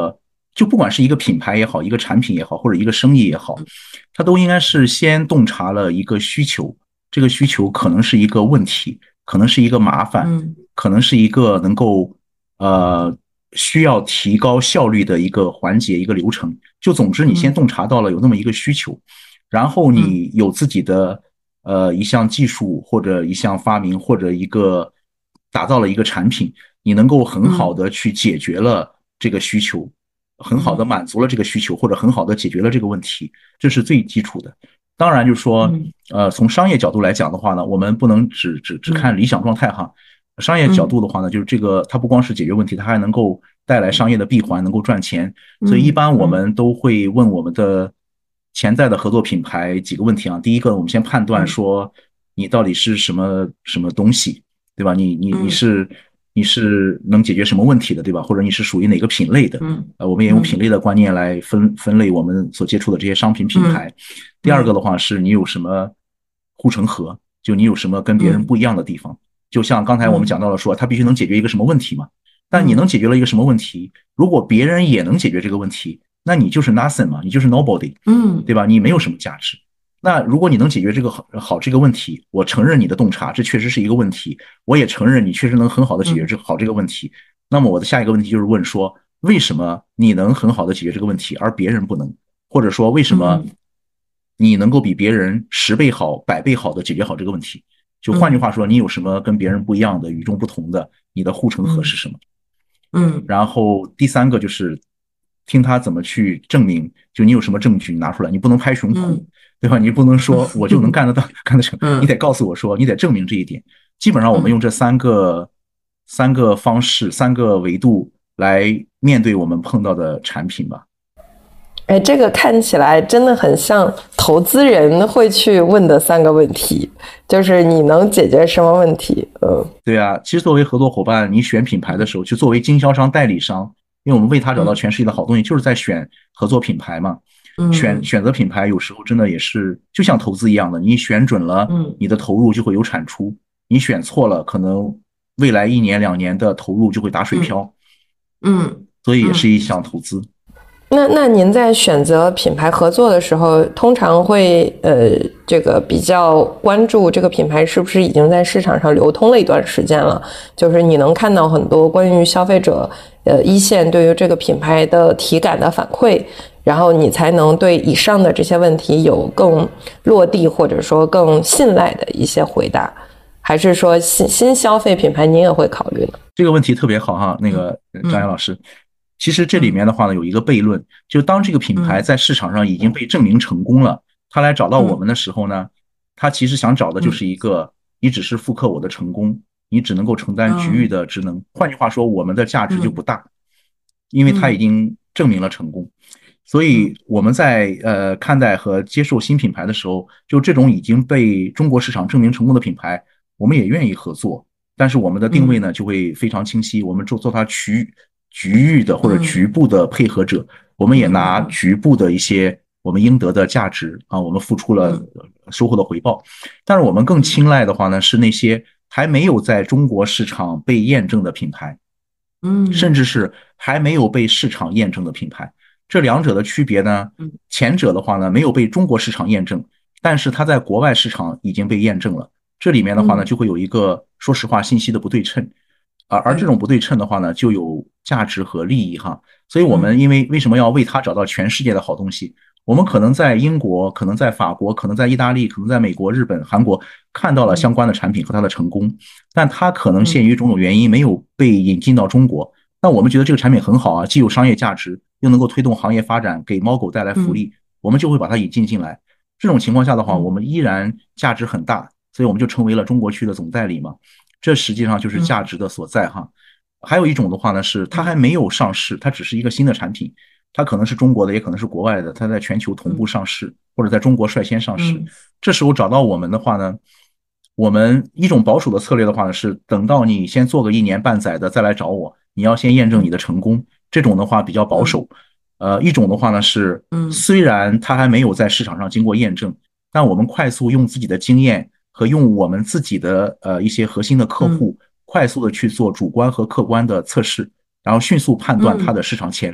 就不管是一个品牌也好，一个产品也好，或者一个生意也好，它都应该是先洞察了一个需求，这个需求可能是一个问题，可能是一个麻烦，可能是一个能够需要提高效率的一个环节一个流程。就总之，你先洞察到了有那么一个需求，然后你有自己的一项技术或者一项发明或者打造了一个产品，你能够很好的去解决了这个需求，很好的满足了这个需求，或者很好的解决了这个问题，这是最基础的。当然，就是说，从商业角度来讲的话呢，我们不能只看理想状态哈。商业角度的话呢，就是这个它不光是解决问题，它还能够带来商业的闭环，能够赚钱。所以一般我们都会问我们的潜在的合作品牌几个问题啊。第一个，我们先判断说你到底是什么东西，对吧？你是能解决什么问题的，对吧？或者你是属于哪个品类的？我们也用品类的观念来分类我们所接触的这些商品品牌。第二个的话是你有什么护城河，就你有什么跟别人不一样的地方。就像刚才我们讲到了说，它必须能解决一个什么问题嘛。但你能解决了一个什么问题，如果别人也能解决这个问题，那你就是 nothing 嘛，你就是 nobody，对吧？你没有什么价值。那如果你能解决这个这个问题，我承认你的洞察，这确实是一个问题，我也承认你确实能很好的解决这个问题。那么我的下一个问题就是问说，为什么你能很好的解决这个问题，而别人不能？或者说为什么你能够比别人10倍好、100倍好的解决好这个问题？就换句话说，你有什么跟别人不一样的、与众不同的？你的护城河是什么？然后第三个就是听他怎么去证明，就你有什么证据拿出来，你不能拍胸脯，对吧？你不能说我就能干得到、干得成，你得告诉我说，你得证明这一点。基本上我们用这三个方式、3个维度来面对我们碰到的产品吧。 哎，这个看起来真的很像投资人会去问的3个问题，就是你能解决什么问题？ 对啊，其实作为合作伙伴，你选品牌的时候，就作为经销商、代理商，因为我们为他找到全世界的好东西，就是在选合作品牌嘛。选择品牌有时候真的也是就像投资一样的，你选准了，你的投入就会有产出；你选错了，可能未来1年2年的投入就会打水漂。所以也是一项投资。 那您在选择品牌合作的时候，通常会这个比较关注这个品牌是不是已经在市场上流通了一段时间了，就是你能看到很多关于消费者一线对于这个品牌的体感的反馈，然后你才能对以上的这些问题有更落地或者说更信赖的一些回答，还是说新消费品牌您也会考虑呢？ 这个问题特别好哈，那个张扬老师。其实这里面的话呢，有一个悖论，就当这个品牌在市场上已经被证明成功了，他来找到我们的时候呢，他其实想找的就是一个，你只是复刻我的成功，你只能够承担局域的职能。换句话说，我们的价值就不大，因为他已经证明了成功。所以我们在看待和接受新品牌的时候，就这种已经被中国市场证明成功的品牌，我们也愿意合作，但是我们的定位呢就会非常清晰，我们做它局域的或者局部的配合者，我们也拿局部的一些我们应得的价值啊，我们付出了收获的回报。但是我们更青睐的话呢，是那些还没有在中国市场被验证的品牌，甚至是还没有被市场验证的品牌。这两者的区别呢，前者的话呢，没有被中国市场验证，但是它在国外市场已经被验证了。这里面的话呢，就会有一个说实话信息的不对称。而这种不对称的话呢，就有价值和利益哈。所以我们因为什么要为他找到全世界的好东西？我们可能在英国，可能在法国，可能在意大利，可能在美国、日本、韩国看到了相关的产品和它的成功，但它可能限于种种原因没有被引进到中国。那我们觉得这个产品很好啊，既有商业价值，又能够推动行业发展，给猫狗带来福利，我们就会把它引进进来。这种情况下的话，我们依然价值很大，所以我们就成为了中国区的总代理嘛。这实际上就是价值的所在哈。还有一种的话呢，是它还没有上市，它只是一个新的产品，它可能是中国的，也可能是国外的，它在全球同步上市，或者在中国率先上市。这时候找到我们的话呢，我们一种保守的策略的话呢，是等到你先做个1年半载的再来找我，你要先验证你的成功，这种的话比较保守。一种的话呢是，虽然它还没有在市场上经过验证，但我们快速用自己的经验和用我们自己的一些核心的客户，快速的去做主观和客观的测试，然后迅速判断它的市场潜力，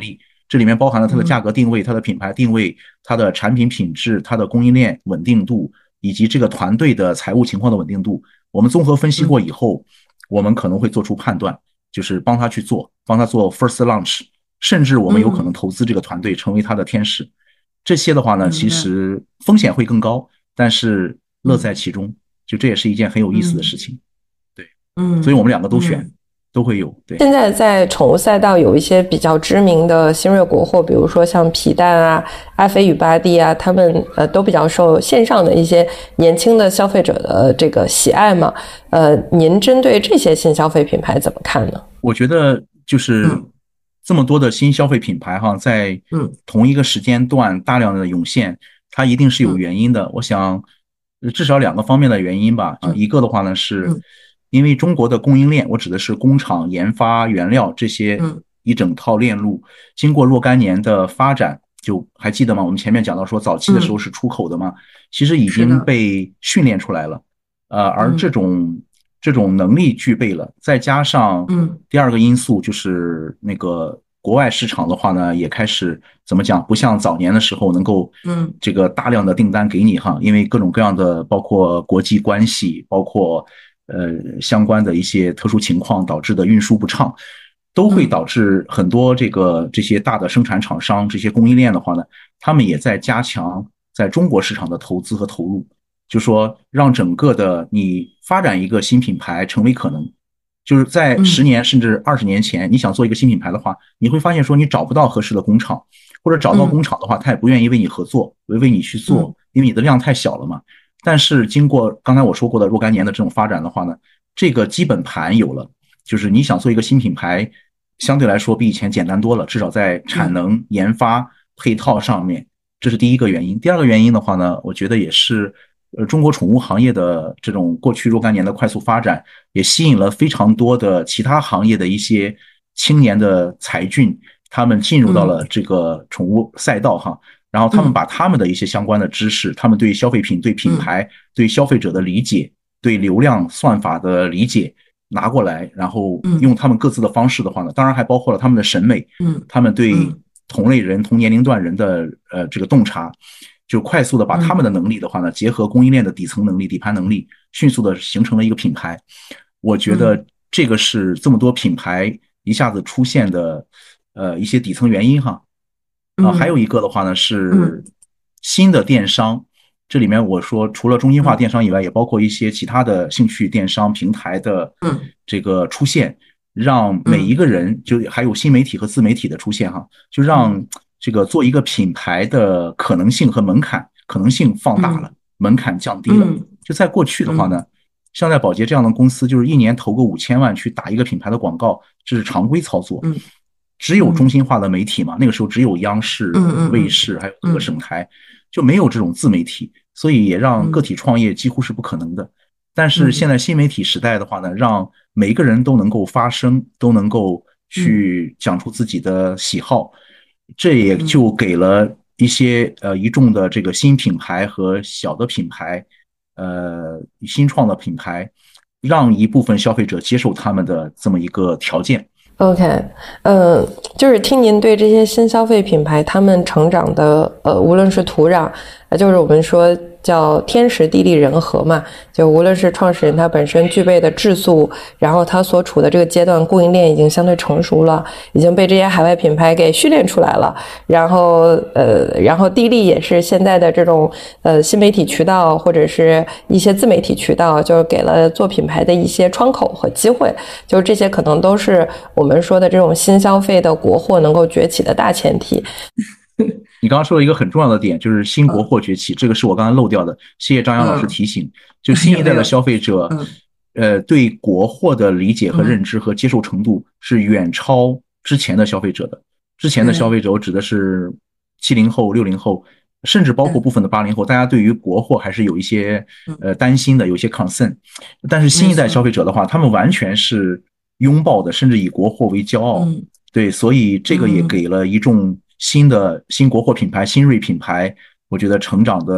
这里面包含了它的价格定位、它的品牌定位、它的产品品质、它的供应链稳定度，以及这个团队的财务情况的稳定度。我们综合分析过以后，我们可能会做出判断，就是帮他去做，帮他做 first launch， 甚至我们有可能投资这个团队成为他的天使。这些的话呢，其实风险会更高，但是乐在其中，就这也是一件很有意思的事情。对，所以我们两个都选，都会有。对， 现在在宠物赛道有一些比较知名的新锐国货，比如说像皮蛋啊、阿飞与巴蒂啊，他们都比较受线上的一些年轻的消费者的这个喜爱嘛。您针对这些新消费品牌怎么看呢？ 我觉得就是这么多的新消费品牌哈，在同一个时间段大量的涌现，它一定是有原因的。我想至少2个方面的原因吧。一个的话呢，是因为中国的供应链，我指的是工厂、研发、原料这些一整套链路，经过若干年的发展，就还记得吗？我们前面讲到说，早期的时候是出口的嘛，其实已经被训练出来了。而这种能力具备了，再加上第二个因素就是那个国外市场的话呢，也开始怎么讲，不像早年的时候能够这个大量的订单给你哈，因为各种各样的包括国际关系，包括相关的一些特殊情况导致的运输不畅，都会导致很多这些大的生产厂商、这些供应链的话呢，他们也在加强在中国市场的投资和投入。就说让整个的你发展一个新品牌成为可能，就是在10年甚至20年前，你想做一个新品牌的话，你会发现说你找不到合适的工厂，或者找到工厂的话，他也不愿意为你合作，为你去做，因为你的量太小了嘛。但是经过刚才我说过的若干年的这种发展的话呢，这个基本盘有了，就是你想做一个新品牌，相对来说比以前简单多了，至少在产能、研发、配套上面，这是第一个原因。第二个原因的话呢，我觉得也是中国宠物行业的这种过去若干年的快速发展，也吸引了非常多的其他行业的一些青年的才俊，他们进入到了这个宠物赛道哈，然后他们把他们的一些相关的知识，他们对消费品、对品牌、对消费者的理解、对流量算法的理解拿过来，然后用他们各自的方式的话呢，当然还包括了他们的审美，他们对同类人、同年龄段人的这个洞察。就快速的把他们的能力的话呢，结合供应链的底层能力、底盘能力，迅速的形成了一个品牌。我觉得这个是这么多品牌一下子出现的一些底层原因哈。还有一个的话呢是新的电商，这里面我说除了中心化电商以外，也包括一些其他的兴趣电商平台的这个出现，让每一个人就还有新媒体和自媒体的出现哈，就让这个做一个品牌的可能性和门槛可能性放大了，门槛降低了。就在过去的话呢，像在宝洁这样的公司，就是1年投个5000万去打一个品牌的广告，这是常规操作。只有中心化的媒体嘛，那个时候只有央视、卫视还有各个省台，就没有这种自媒体，所以也让个体创业几乎是不可能的。但是现在新媒体时代的话呢，让每一个人都能够发声，都能够去讲出自己的喜好，这也就给了一些一众的这个新品牌和小的品牌，新创的品牌，让一部分消费者接受他们的这么一个条件。 OK，就是听您对这些新消费品牌他们成长的无论是土壤，就是我们说叫天时地利人和嘛，就无论是创始人他本身具备的质素，然后他所处的这个阶段供应链已经相对成熟了，已经被这些海外品牌给训练出来了，然后地利也是现在的这种新媒体渠道或者是一些自媒体渠道，就是给了做品牌的一些窗口和机会，就是这些可能都是我们说的这种新消费的国货能够崛起的大前提。 你刚刚说了一个很重要的点，就是新国货崛起，这个是我刚才漏掉的，谢谢张扬老师提醒。就新一代的消费者，对国货的理解和认知和接受程度是远超之前的消费者的。之前的消费者，我指的是70后、60后，甚至包括部分的80后，大家对于国货还是有一些担心的，有一些 concern。但是新一代消费者的话，他们完全是拥抱的，甚至以国货为骄傲。对，所以这个也给了一众新国货品牌、新锐品牌，我觉得成长的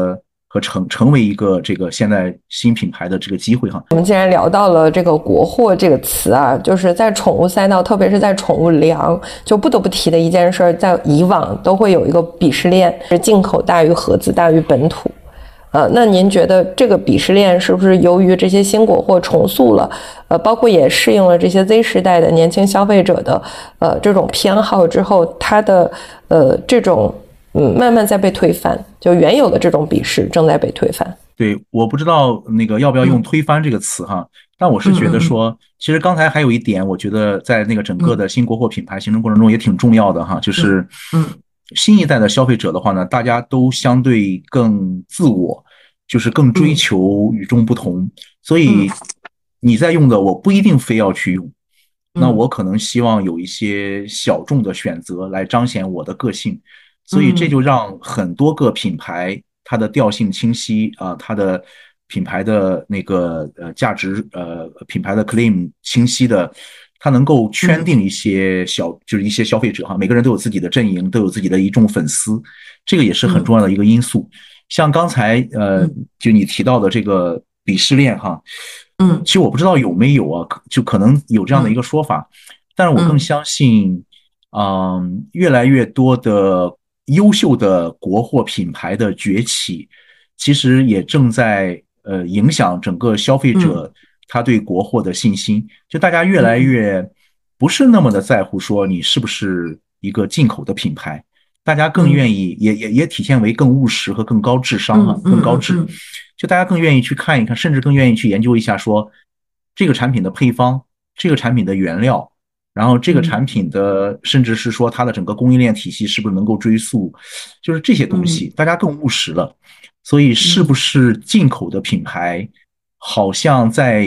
和成为一个这个现在新品牌的这个机会哈。 我们既然聊到了这个国货这个词啊，就是在宠物赛道，特别是在宠物粮，就不得不提的一件事，在以往都会有一个鄙视链，是进口大于合资大于本土。那您觉得这个鄙视链是不是由于这些新国货重塑了，包括也适应了这些 Z 时代的年轻消费者的这种偏好之后，它的这种慢慢在被推翻，就原有的这种鄙视正在被推翻。 对，我不知道那个要不要用推翻这个词哈，但我是觉得说，其实刚才还有一点，我觉得在那个整个的新国货品牌形成过程中也挺重要的哈，就是新一代的消费者的话呢，大家都相对更自我，就是更追求与众不同，所以你在用的我不一定非要去用，那我可能希望有一些小众的选择来彰显我的个性，所以这就让很多个品牌它的调性清晰啊，它的品牌的那个价值品牌的 claim 清晰的，它能够圈定一些就是一些消费者哈，每个人都有自己的阵营，都有自己的一众粉丝，这个也是很重要的一个因素。像刚才就你提到的这个鄙视链哈，其实我不知道有没有啊，就可能有这样的一个说法，但是我更相信，越来越多的优秀的国货品牌的崛起，其实也正在影响整个消费者他对国货的信心，就大家越来越不是那么的在乎说你是不是一个进口的品牌。大家更愿意，也体现为更务实和更高智商哈，更高质。就大家更愿意去看一看，甚至更愿意去研究一下，说这个产品的配方，这个产品的原料，然后这个产品的，甚至是说它的整个供应链体系是不是能够追溯，就是这些东西，大家更务实了。所以，是不是进口的品牌，好像在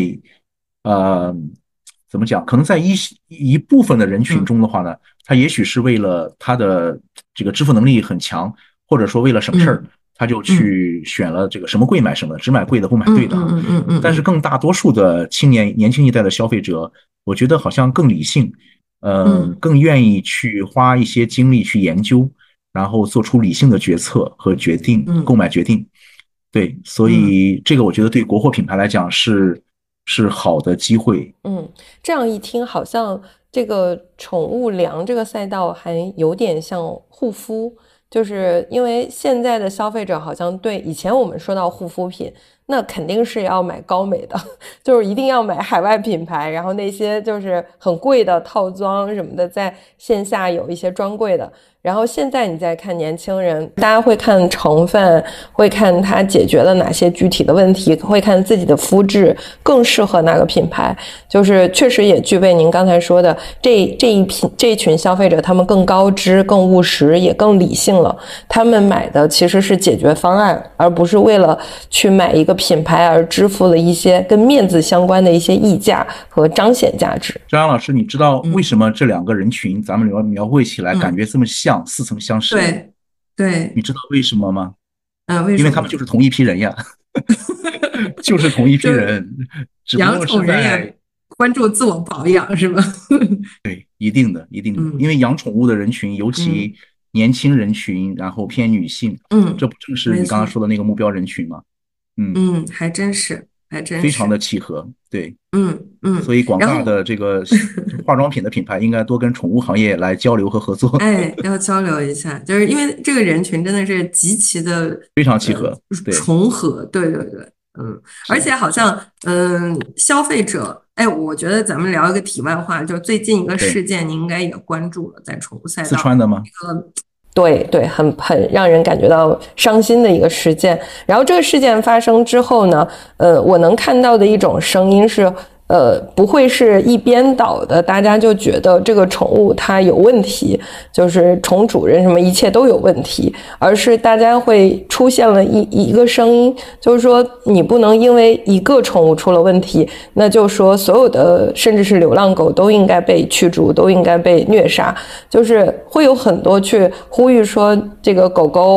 怎么讲？可能在一部分的人群中的话呢，他也许是为了他的这个支付能力很强，或者说为了省事儿，他就去选了这个什么贵买什么，只买贵的不买对的。但是更大多数的年轻一代的消费者，我觉得好像更理性，更愿意去花一些精力去研究，然后做出理性的决策和决定，购买决定。对，所以这个我觉得对国货品牌来讲是好的机会。 这样一听，好像这个宠物粮这个赛道还有点像护肤，就是因为现在的消费者好像对以前我们说到护肤品，那肯定是要买高美的，就是一定要买海外品牌，然后那些就是很贵的套装什么的，在线下有一些专柜的。然后现在你再看年轻人，大家会看成分，会看它解决了哪些具体的问题，会看自己的肤质更适合哪个品牌，就是确实也具备您刚才说的这一群消费者，他们更高知、更务实，也更理性了。他们买的其实是解决方案，而不是为了去买一个品牌而支付了一些跟面子相关的一些溢价和彰显价值。 张扬老师，你知道为什么这两个人群咱们描绘起来感觉这么像，似曾相识？ 对， 你知道为什么吗？ 为什么？ 因为他们就是同一批人呀，就是同一批人，只不过是在关注自我保养是吗？ 对，一定的，因为养宠物的人群，尤其年轻人群，然后偏女性，这不正是你刚刚说的那个目标人群吗？ 还真是非常的契合，对， 所以广大的这个化妆品的品牌应该多跟宠物行业来交流和合作。 要交流一下，就是因为这个人群真的是极其的非常契合， 重合，对，而且好像消费者，我觉得咱们聊一个题外话，就最近一个事件，你应该也关注了，在宠物赛道， 四川的吗？ 对，很让人感觉到伤心的一个事件。然后这个事件发生之后呢，我能看到的一种声音是，不会是一边倒的，大家就觉得这个宠物它有问题，就是宠主人什么一切都有问题，而是大家会出现了一个声音，就是说你不能因为一个宠物出了问题，那就说所有的甚至是流浪狗都应该被驱逐，都应该被虐杀，就是会有很多去呼吁说这个狗狗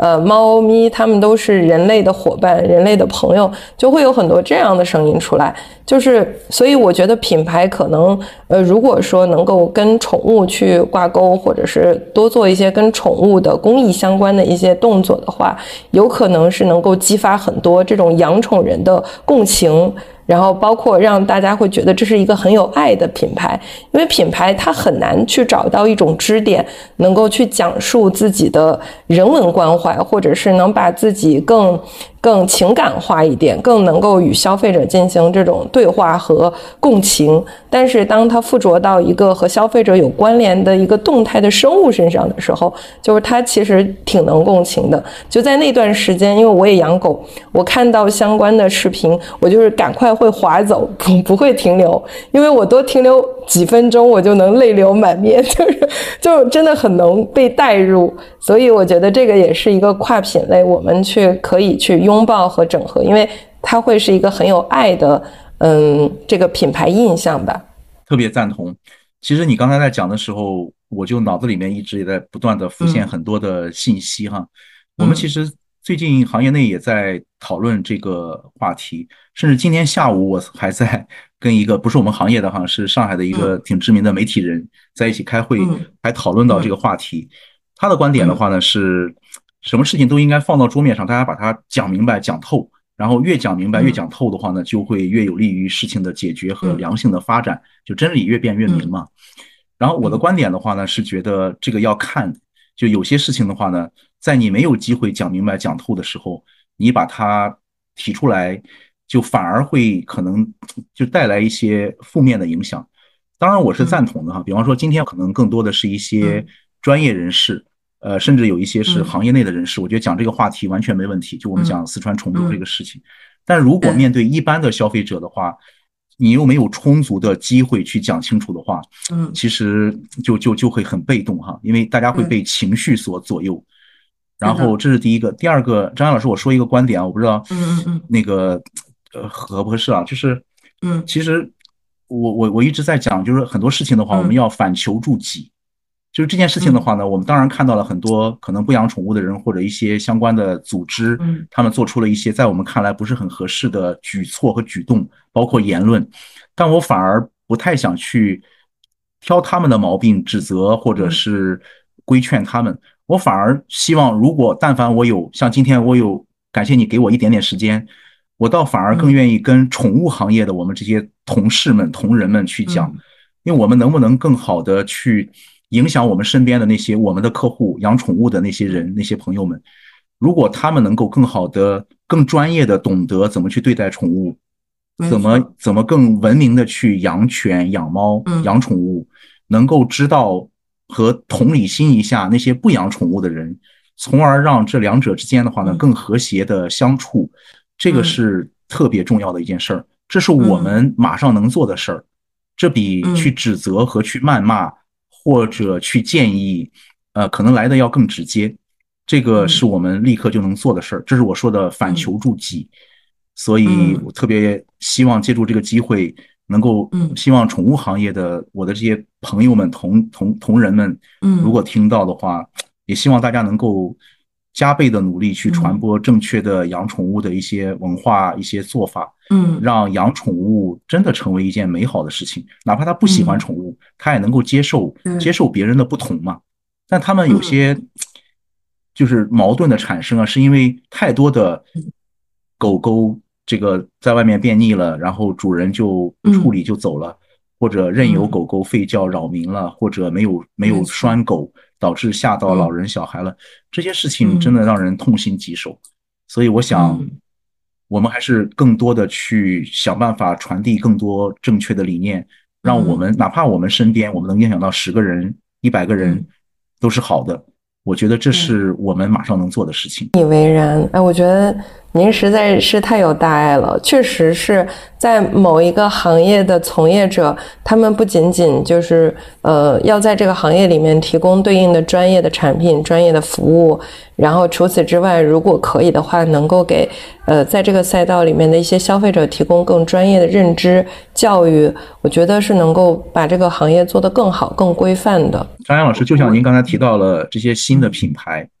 猫咪它们都是人类的伙伴，人类的朋友，就会有很多这样的声音出来。就是所以我觉得品牌可能如果说能够跟宠物去挂钩，或者是多做一些跟宠物的公益相关的一些动作的话，有可能是能够激发很多这种养宠人的共情，然后包括让大家会觉得这是一个很有爱的品牌。因为品牌它很难去找到一种支点能够去讲述自己的人文关怀，或者是能把自己更情感化一点，更能够与消费者进行这种对话和共情。但是当它附着到一个和消费者有关联的一个动态的生物身上的时候，就是它其实挺能共情的。就在那段时间，因为我也养狗，我看到相关的视频，我就是赶快会滑走，不会停留，因为我多停留几分钟我就能泪流满面，就真的很能被带入。所以我觉得这个也是一个跨品类我们可以去拥抱和整合，因为它会是一个很有爱的这个品牌印象吧。 特别赞同。其实你刚才在讲的时候，我就脑子里面一直也在不断的浮现很多的信息哈。我们其实最近行业内也在讨论这个话题，甚至今天下午我还在跟一个不是我们行业的哈，是上海的一个挺知名的媒体人在一起开会，还讨论到这个话题。他的观点的话呢是，什么事情都应该放到桌面上，大家把它讲明白讲透，然后越讲明白越讲透的话呢，就会越有利于事情的解决和良性的发展，就真理越辩越明嘛。然后我的观点的话呢是觉得这个要看，就有些事情的话呢，在你没有机会讲明白讲透的时候，你把它提出来，就反而会可能就带来一些负面的影响。当然我是赞同的哈，比方说今天可能更多的是一些专业人士，甚至有一些是行业内的人士，我觉得讲这个话题完全没问题。就我们讲四川宠物这个事情，但如果面对一般的消费者的话，你又没有充足的机会去讲清楚的话，其实就会很被动哈，因为大家会被情绪所左右。然后这是第一个，第二个，张扬老师，我说一个观点啊，我不知道那个合不合适啊，就是其实我一直在讲，就是很多事情的话，我们要反求诸己。就是这件事情的话呢，我们当然看到了很多可能不养宠物的人或者一些相关的组织，他们做出了一些在我们看来不是很合适的举措和举动，包括言论，但我反而不太想去挑他们的毛病，指责或者是规劝他们。我反而希望，如果但凡我有像今天我有，感谢你给我一点点时间，我倒反而更愿意跟宠物行业的我们这些同事们、同仁们去讲，因为我们能不能更好的去影响我们身边的那些我们的客户、养宠物的那些人、那些朋友们，如果他们能够更好的、更专业的懂得怎么去对待宠物，怎么更文明的去养犬、养猫、养宠物，能够知道和同理心一下那些不养宠物的人，从而让这两者之间的话呢更和谐的相处，这个是特别重要的一件事儿，这是我们马上能做的事儿，这比去指责和去谩骂或者去建议，可能来的要更直接，这个是我们立刻就能做的事儿，这是我说的反求诸己。所以我特别希望借助这个机会，能够希望宠物行业的我的这些朋友们、同仁们，如果听到的话，也希望大家能够加倍的努力去传播正确的养宠物的一些文化、一些做法，让养宠物真的成为一件美好的事情。哪怕他不喜欢宠物，他也能够接受别人的不同嘛。但他们有些就是矛盾的产生啊，是因为太多的狗狗这个在外面变腻了，然后主人就不处理就走了，或者任由狗狗吠叫扰民了，或者没有拴狗，导致吓到老人小孩了，这些事情真的让人痛心疾首。所以我想我们还是更多的去想办法传递更多正确的理念，让我们哪怕我们身边我们能影响到10个人、100个人都是好的，我觉得这是我们马上能做的事情。 以为然，我觉得您实在是太有大爱了，确实是在某一个行业的从业者，他们不仅仅就是要在这个行业里面提供对应的专业的产品、专业的服务，然后除此之外，如果可以的话，能够给在这个赛道里面的一些消费者提供更专业的认知教育，我觉得是能够把这个行业做得更好、更规范的。 张扬老师，就像您刚才提到了这些新的品牌，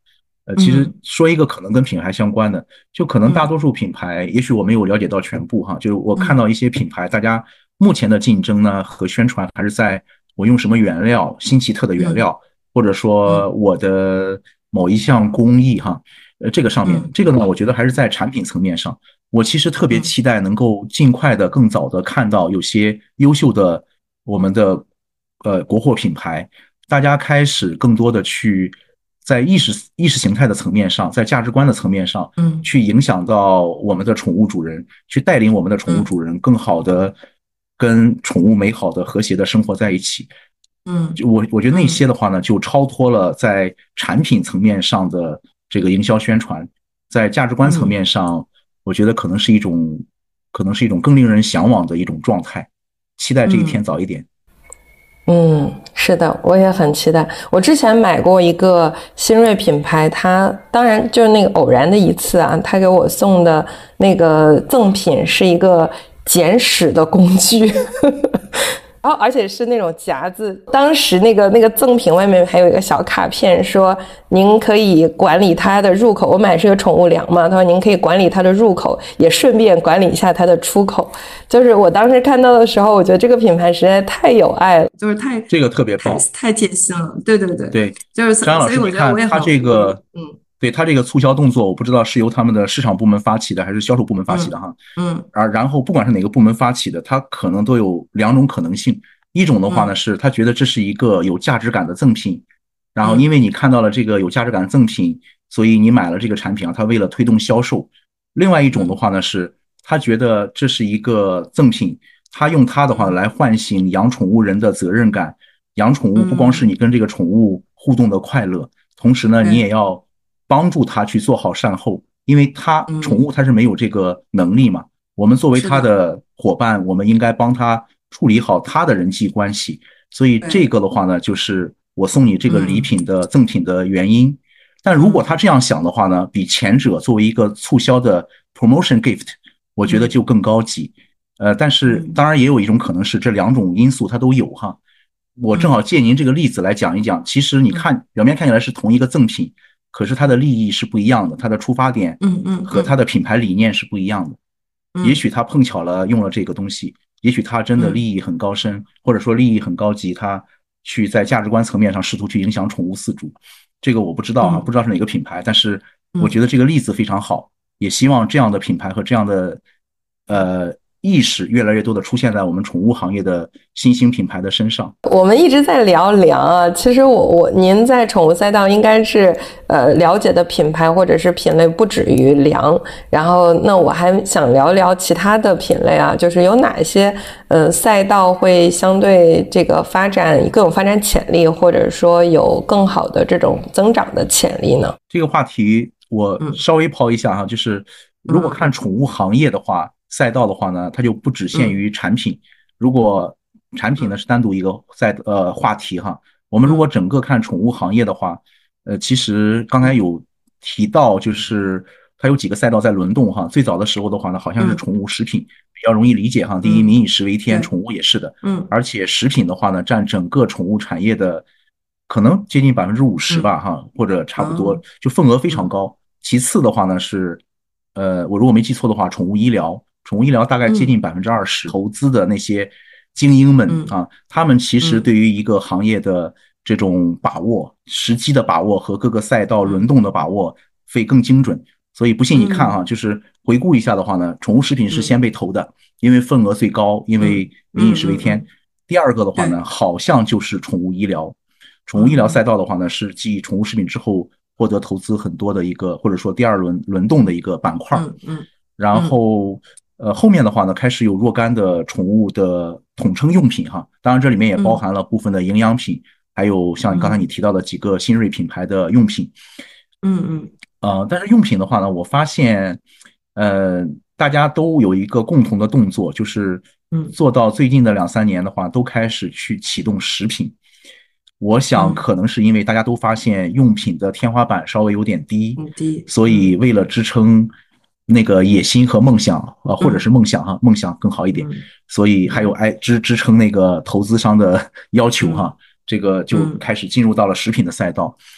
其实说一个可能跟品牌相关的，就可能大多数品牌，也许我没有了解到全部哈，就是我看到一些品牌，大家目前的竞争呢和宣传还是在我用什么原料，新奇特的原料，或者说我的某一项工艺哈，这个上面，这个呢，我觉得还是在产品层面上，我其实特别期待能够尽快的、更早的看到有些优秀的我们的国货品牌，大家开始更多的去在意识形态的层面上，在价值观的层面上，去影响到我们的宠物主人，去带领我们的宠物主人更好的跟宠物美好的和谐的生活在一起。就我觉得那些的话呢，就超脱了在产品层面上的这个营销宣传，在价值观层面上，我觉得可能是一种更令人向往的一种状态。期待这一天早一点。 是的，我也很期待。我之前买过一个新锐品牌，它当然就是那个偶然的一次啊，他给我送的那个赠品是一个捡屎的工具。然后而且是那种夹子，当时那个赠品外面还有一个小卡片，说您可以管理它的入口，我买是个宠物粮嘛，他说您可以管理它的入口，也顺便管理一下它的出口。就是我当时看到的时候，我觉得这个品牌实在太有爱了， 就是这个特别棒， 太贴心了。对，就是张老师，你看他这个对他这个促销动作，我不知道是由他们的市场部门发起的还是销售部门发起的哈。然后不管是哪个部门发起的，他可能都有两种可能性。一种的话呢，是他觉得这是一个有价值感的赠品，然后因为你看到了这个有价值感的赠品，所以你买了这个产品啊，他为了推动销售。另外一种的话呢，是他觉得这是一个赠品，他用它的话来唤醒养宠物人的责任感。养宠物不光是你跟这个宠物互动的快乐，同时呢，你也要帮助他去做好善后，因为宠物它是没有这个能力嘛。我们作为他的伙伴，我们应该帮他处理好他的人际关系。所以这个的话呢，就是我送你这个礼品的赠品的原因。但如果他这样想的话呢，比前者作为一个促销的 promotion gift， 我觉得就更高级。但是当然也有一种可能是这两种因素它都有哈。我正好借您这个例子来讲一讲，其实你看表面看起来是同一个赠品，可是它的利益是不一样的，它的出发点和它的品牌理念是不一样的。也许他碰巧了用了这个东西，也许他真的利益很高深，或者说利益很高级，他去在价值观层面上试图去影响宠物饲主，这个我不知道啊，不知道是哪个品牌，但是我觉得这个例子非常好，也希望这样的品牌和这样的意识越来越多的出现在我们宠物行业的新兴品牌的身上。 我们一直在聊粮啊，其实您在宠物赛道应该是了解的品牌或者是品类不止于粮，然后那我还想聊聊其他的品类啊，就是有哪些赛道会相对这个发展更有发展潜力，或者说有更好的这种增长的潜力呢？ 这个话题我稍微抛一下哈，就是如果看宠物行业的话，赛道的话呢，它就不只限于产品。如果产品呢是单独一个话题哈，我们如果整个看宠物行业的话，其实刚才有提到，就是它有几个赛道在轮动哈。最早的时候的话呢，好像是宠物食品，比较容易理解哈。第一，民以食为天，宠物也是的。而且食品的话呢，占整个宠物产业的可能接近50%吧哈，或者差不多，就份额非常高。其次的话呢是，我如果没记错的话，宠物医疗大概接近20%，投资的那些精英们啊，他们其实对于一个行业的这种把握、时机的把握和各个赛道轮动的把握会更精准。所以不信你看啊，就是回顾一下的话呢，宠物食品是先被投的，因为份额最高，因为民以食为天。第二个的话呢，好像就是宠物医疗。宠物医疗赛道的话呢，是继宠物食品之后获得投资很多的一个，或者说第二轮轮动的一个板块。然后后面的话呢，开始有若干的宠物的统称用品哈，当然这里面也包含了部分的营养品，还有像刚才你提到的几个新锐品牌的用品。但是用品的话呢，我发现大家都有一个共同的动作，就是做到最近的2-3年的话，都开始去启动食品。我想可能是因为大家都发现用品的天花板稍微有点低，所以为了支撑那个野心和梦想或者是梦想哈，梦想更好一点，所以还有支撑那个投资商的要求哈，这个就开始进入到了食品的赛道。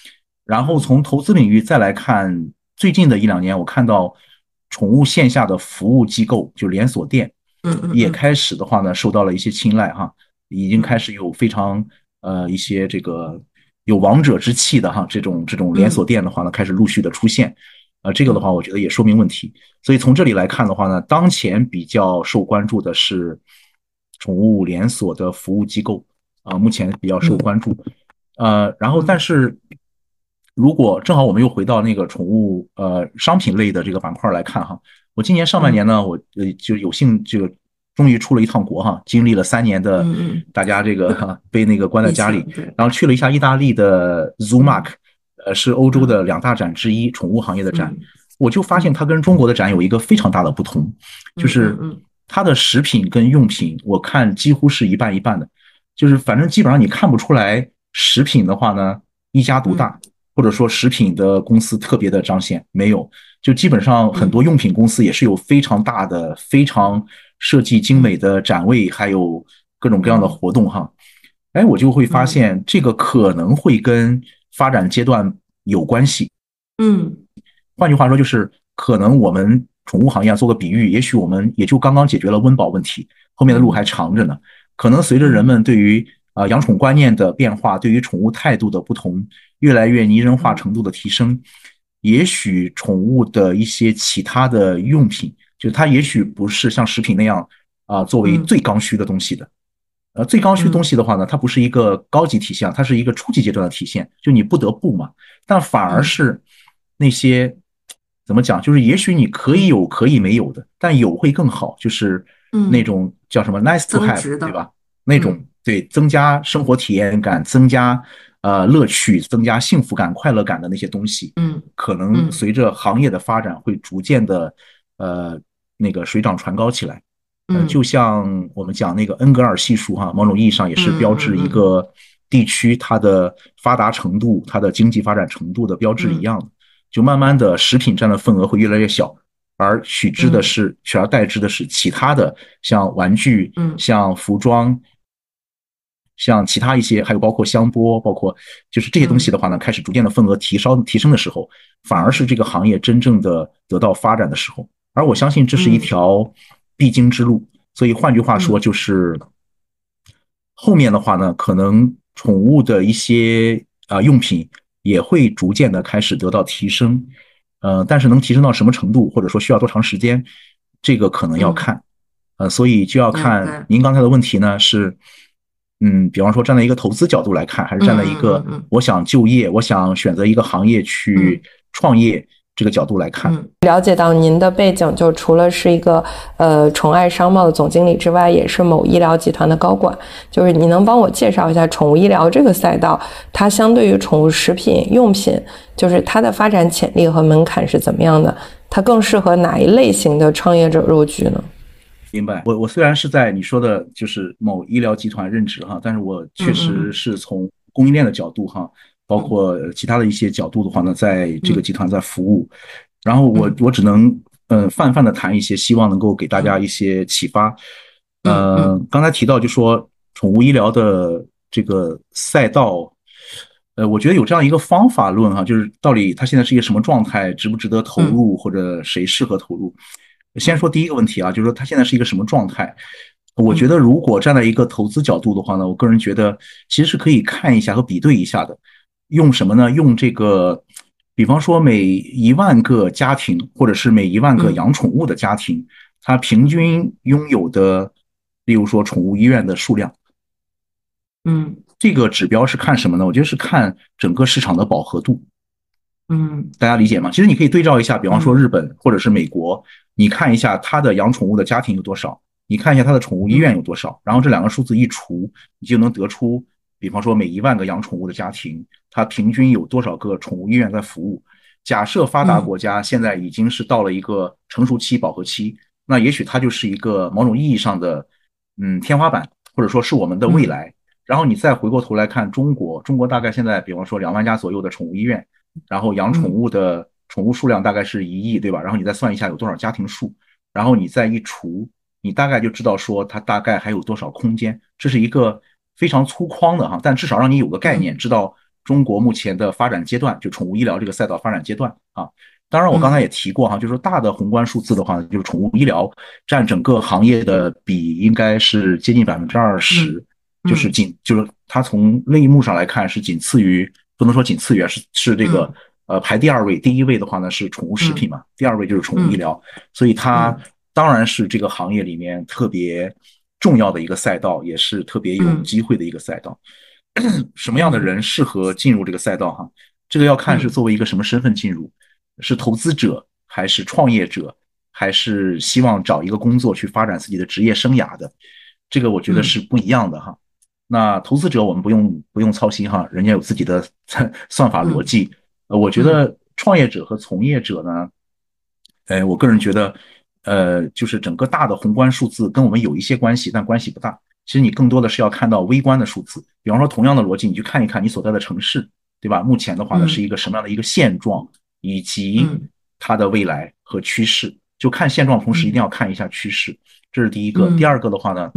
然后从投资领域再来看，最近的1、2年，我看到宠物线下的服务机构，就连锁店，也开始的话呢，受到了一些青睐哈，已经开始有非常一些这个有王者之气的哈，这种连锁店的话呢，开始陆续的出现，这个的话，我觉得也说明问题。所以从这里来看的话呢，当前比较受关注的是宠物连锁的服务机构目前比较受关注。然后但是如果正好我们又回到那个宠物商品类的这个板块来看哈，我今年上半年呢，我就有幸就终于出了一趟国哈，经历了3年的大家这个被那个关在家里，然后去了一下意大利的 Zoomark，是欧洲的2大展之一，宠物行业的展。我就发现它跟中国的展有一个非常大的不同，就是它的食品跟用品，我看几乎是一半一半的，就是反正基本上你看不出来食品的话呢一家独大，或者说食品的公司特别的彰显，没有，就基本上很多用品公司也是有非常大的、非常设计精美的展位，还有各种各样的活动哈。哎，我就会发现这个可能会跟发展阶段有关系。换句话说，就是可能我们宠物行业做个比喻，也许我们也就刚刚解决了温饱问题，后面的路还长着呢。可能随着人们对于养宠观念的变化，对于宠物态度的不同，越来越拟人化程度的提升，也许宠物的一些其他的用品，就是它也许不是像食品那样作为最刚需的东西的。最刚需东西的话呢，它不是一个高级体现，它是一个初级阶段的体现，就你不得不嘛。但反而是那些怎么讲，就是也许你可以有可以没有的，但有会更好，就是那种叫什么 nice to have，对吧？那种对增加生活体验感、增加乐趣、增加幸福感、快乐感的那些东西，可能随着行业的发展会逐渐的那个水涨船高起来。就像我们讲那个恩格尔系数哈，某种意义上也是标志一个地区它的发达程度、它的经济发展程度的标志一样的。就慢慢的食品占的份额会越来越小，而取而代之的是其他的，像玩具、像服装、像其他一些，还有包括香波，包括就是这些东西的话呢，开始逐渐的份额提升的时候，反而是这个行业真正的得到发展的时候。而我相信这是一条必经之路，所以换句话说，就是后面的话呢，可能宠物的一些用品也会逐渐的开始得到提升，但是能提升到什么程度，或者说需要多长时间，这个可能要看，所以就要看您刚才的问题呢是，比方说站在一个投资角度来看，还是站在一个我想就业，我想选择一个行业去创业这个角度来看。 了解到您的背景，就除了是一个宠爱商贸的总经理之外，也是某医疗集团的高管。就是你能帮我介绍一下宠物医疗这个赛道，它相对于宠物食品用品，就是它的发展潜力和门槛是怎么样的？它更适合哪一类型的创业者入局呢？ 明白。我虽然是在你说的就是某医疗集团任职哈，但是我确实是从供应链的角度哈，包括其他的一些角度的话呢，在这个集团在服务。然后我只能泛泛的谈一些，希望能够给大家一些启发。刚才提到就说宠物医疗的这个赛道，我觉得有这样一个方法论哈，就是到底它现在是一个什么状态，值不值得投入，或者谁适合投入。先说第一个问题啊，就是说它现在是一个什么状态。我觉得如果站在一个投资角度的话呢，我个人觉得其实是可以看一下和比对一下的。用什么呢？用这个比方说每10000个家庭，或者是每10000个养宠物的家庭，它平均拥有的例如说宠物医院的数量。这个指标是看什么呢？我觉得是看整个市场的饱和度。大家理解吗？其实你可以对照一下，比方说日本或者是美国，你看一下它的养宠物的家庭有多少，你看一下它的宠物医院有多少，然后这2个数字一除，你就能得出比方说每10000个养宠物的家庭，它平均有多少个宠物医院在服务。假设发达国家现在已经是到了一个成熟期、饱和期，那也许它就是一个某种意义上的天花板，或者说是我们的未来。然后你再回过头来看中国，中国大概现在比方说2万家左右的宠物医院，然后养宠物的宠物数量大概是1亿，对吧？然后你再算一下有多少家庭数，然后你再一除，你大概就知道说它大概还有多少空间。这是一个非常粗犷的哈，但至少让你有个概念，知道中国目前的发展阶段，就宠物医疗这个赛道发展阶段啊。当然，我刚才也提过哈，就是说大的宏观数字的话，就是宠物医疗占整个行业的比应该是接近20%，就是它从类目上来看是仅次于，不能说仅次于啊，是这个排第2位，第1位的话呢是宠物食品嘛，第2位就是宠物医疗，所以它当然是这个行业里面特别重要的一个赛道，也是特别有机会的一个赛道。什么样的人适合进入这个赛道哈？这个要看是作为一个什么身份进入。是投资者还是创业者，还是希望找一个工作去发展自己的职业生涯的，这个我觉得是不一样的哈。那投资者我们不用操心哈，人家有自己的算法逻辑。我觉得创业者和从业者呢，我个人觉得，就是整个大的宏观数字跟我们有一些关系，但关系不大。其实你更多的是要看到微观的数字，比方说同样的逻辑，你去看一看你所在的城市，对吧？目前的话呢，是一个什么样的一个现状？以及它的未来和趋势，就看现状，同时一定要看一下趋势，这是第一个。第二个的话呢，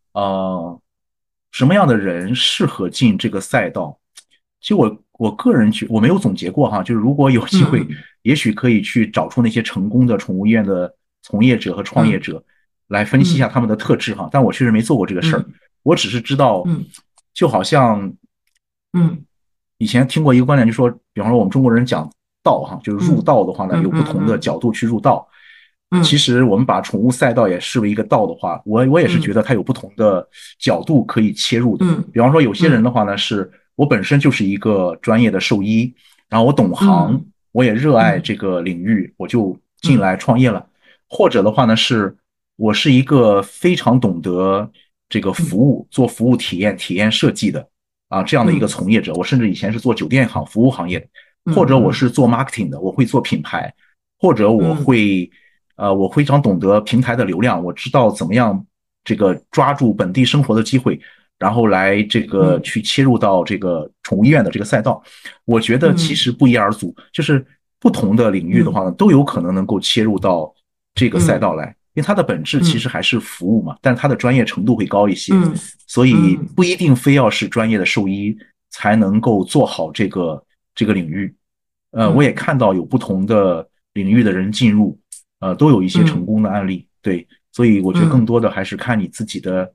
什么样的人适合进这个赛道？其实我个人我没有总结过哈，就是如果有机会，也许可以去找出那些成功的宠物医院的从业者和创业者，来分析一下他们的特质哈。但我确实没做过这个事儿，我只是知道，就好像，以前听过一个观点，就说，比方说我们中国人讲道哈，就是入道的话呢，有不同的角度去入道。其实我们把宠物赛道也视为一个道的话，我也是觉得它有不同的角度可以切入的。比方说有些人的话呢，是我本身就是一个专业的兽医，然后我懂行，我也热爱这个领域，我就进来创业了。或者的话呢，是我是一个非常懂得这个服务，做服务体验设计的这样的一个从业者。我甚至以前是做酒店服务行业的，或者我是做 marketing 的，我会做品牌，或者我非常懂得平台的流量，我知道怎么样这个抓住本地生活的机会，然后来这个去切入到这个宠物医院的这个赛道。我觉得其实不一而足，就是不同的领域的话呢，都有可能能够切入到这个赛道来，因为它的本质其实还是服务嘛，但是它的专业程度会高一些，所以不一定非要是专业的兽医才能够做好这个领域。我也看到有不同的领域的人进入，都有一些成功的案例。对，所以我觉得更多的还是看你自己的，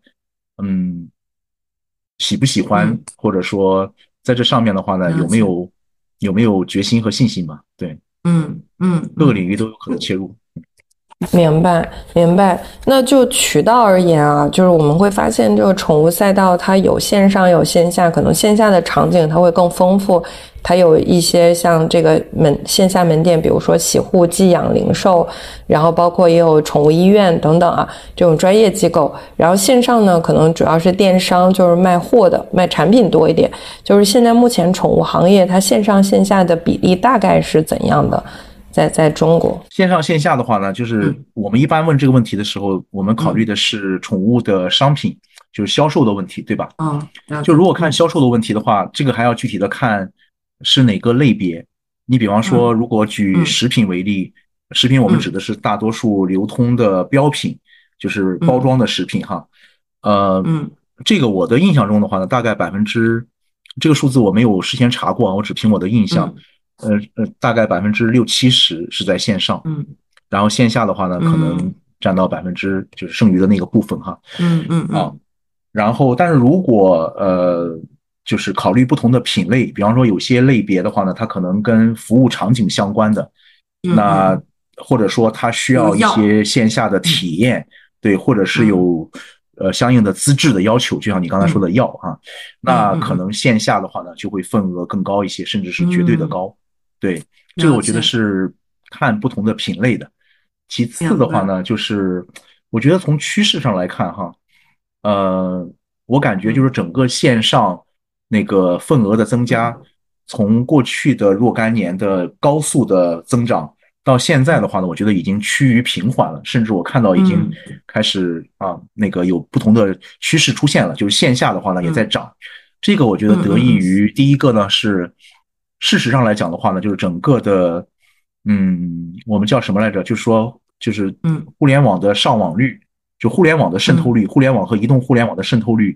喜不喜欢，或者说在这上面的话呢，有没有决心和信心吧？对，各个领域都有可能切入。 明白。那就渠道而言啊，就是我们会发现这个宠物赛道它有线上有线下，可能线下的场景它会更丰富，它有一些像这个线下门店，比如说洗护、寄养、零售，然后包括也有宠物医院等等啊这种专业机构。然后线上呢，可能主要是电商，就是卖货的、卖产品多一点。就是现在目前宠物行业它线上线下的比例大概是怎样的？在中国线上线下的话呢，就是我们一般问这个问题的时候，我们考虑的是宠物的商品，就是销售的问题，对吧？就如果看销售的问题的话，这个还要具体的看是哪个类别。你比方说，如果举食品为例，食品我们指的是大多数流通的标品，就是包装的食品哈。这个我的印象中的话呢，大概这个数字我没有事先查过，我只凭我的印象。大概60%-70%是在线上，然后线下的话呢，可能占到就是剩余的那个部分哈，然后但是如果就是考虑不同的品类，比方说有些类别的话呢，它可能跟服务场景相关的，那或者说它需要一些线下的体验，对，或者是有相应的资质的要求，就像你刚才说的药那可能线下的话呢，就会份额更高一些，甚至是绝对的高。对，这个我觉得是看不同的品类的。其次的话呢，就是我觉得从趋势上来看哈，我感觉就是整个线上那个份额的增加，从过去的若干年的高速的增长，到现在的话呢，我觉得已经趋于平缓了，甚至我看到已经开始那个有不同的趋势出现了，就是线下的话呢也在涨。这个我觉得得益于第一个呢是。事实上来讲的话呢，就是整个的，我们叫什么来着？就是互联网的上网率，就互联网的渗透率，互联网和移动互联网的渗透率，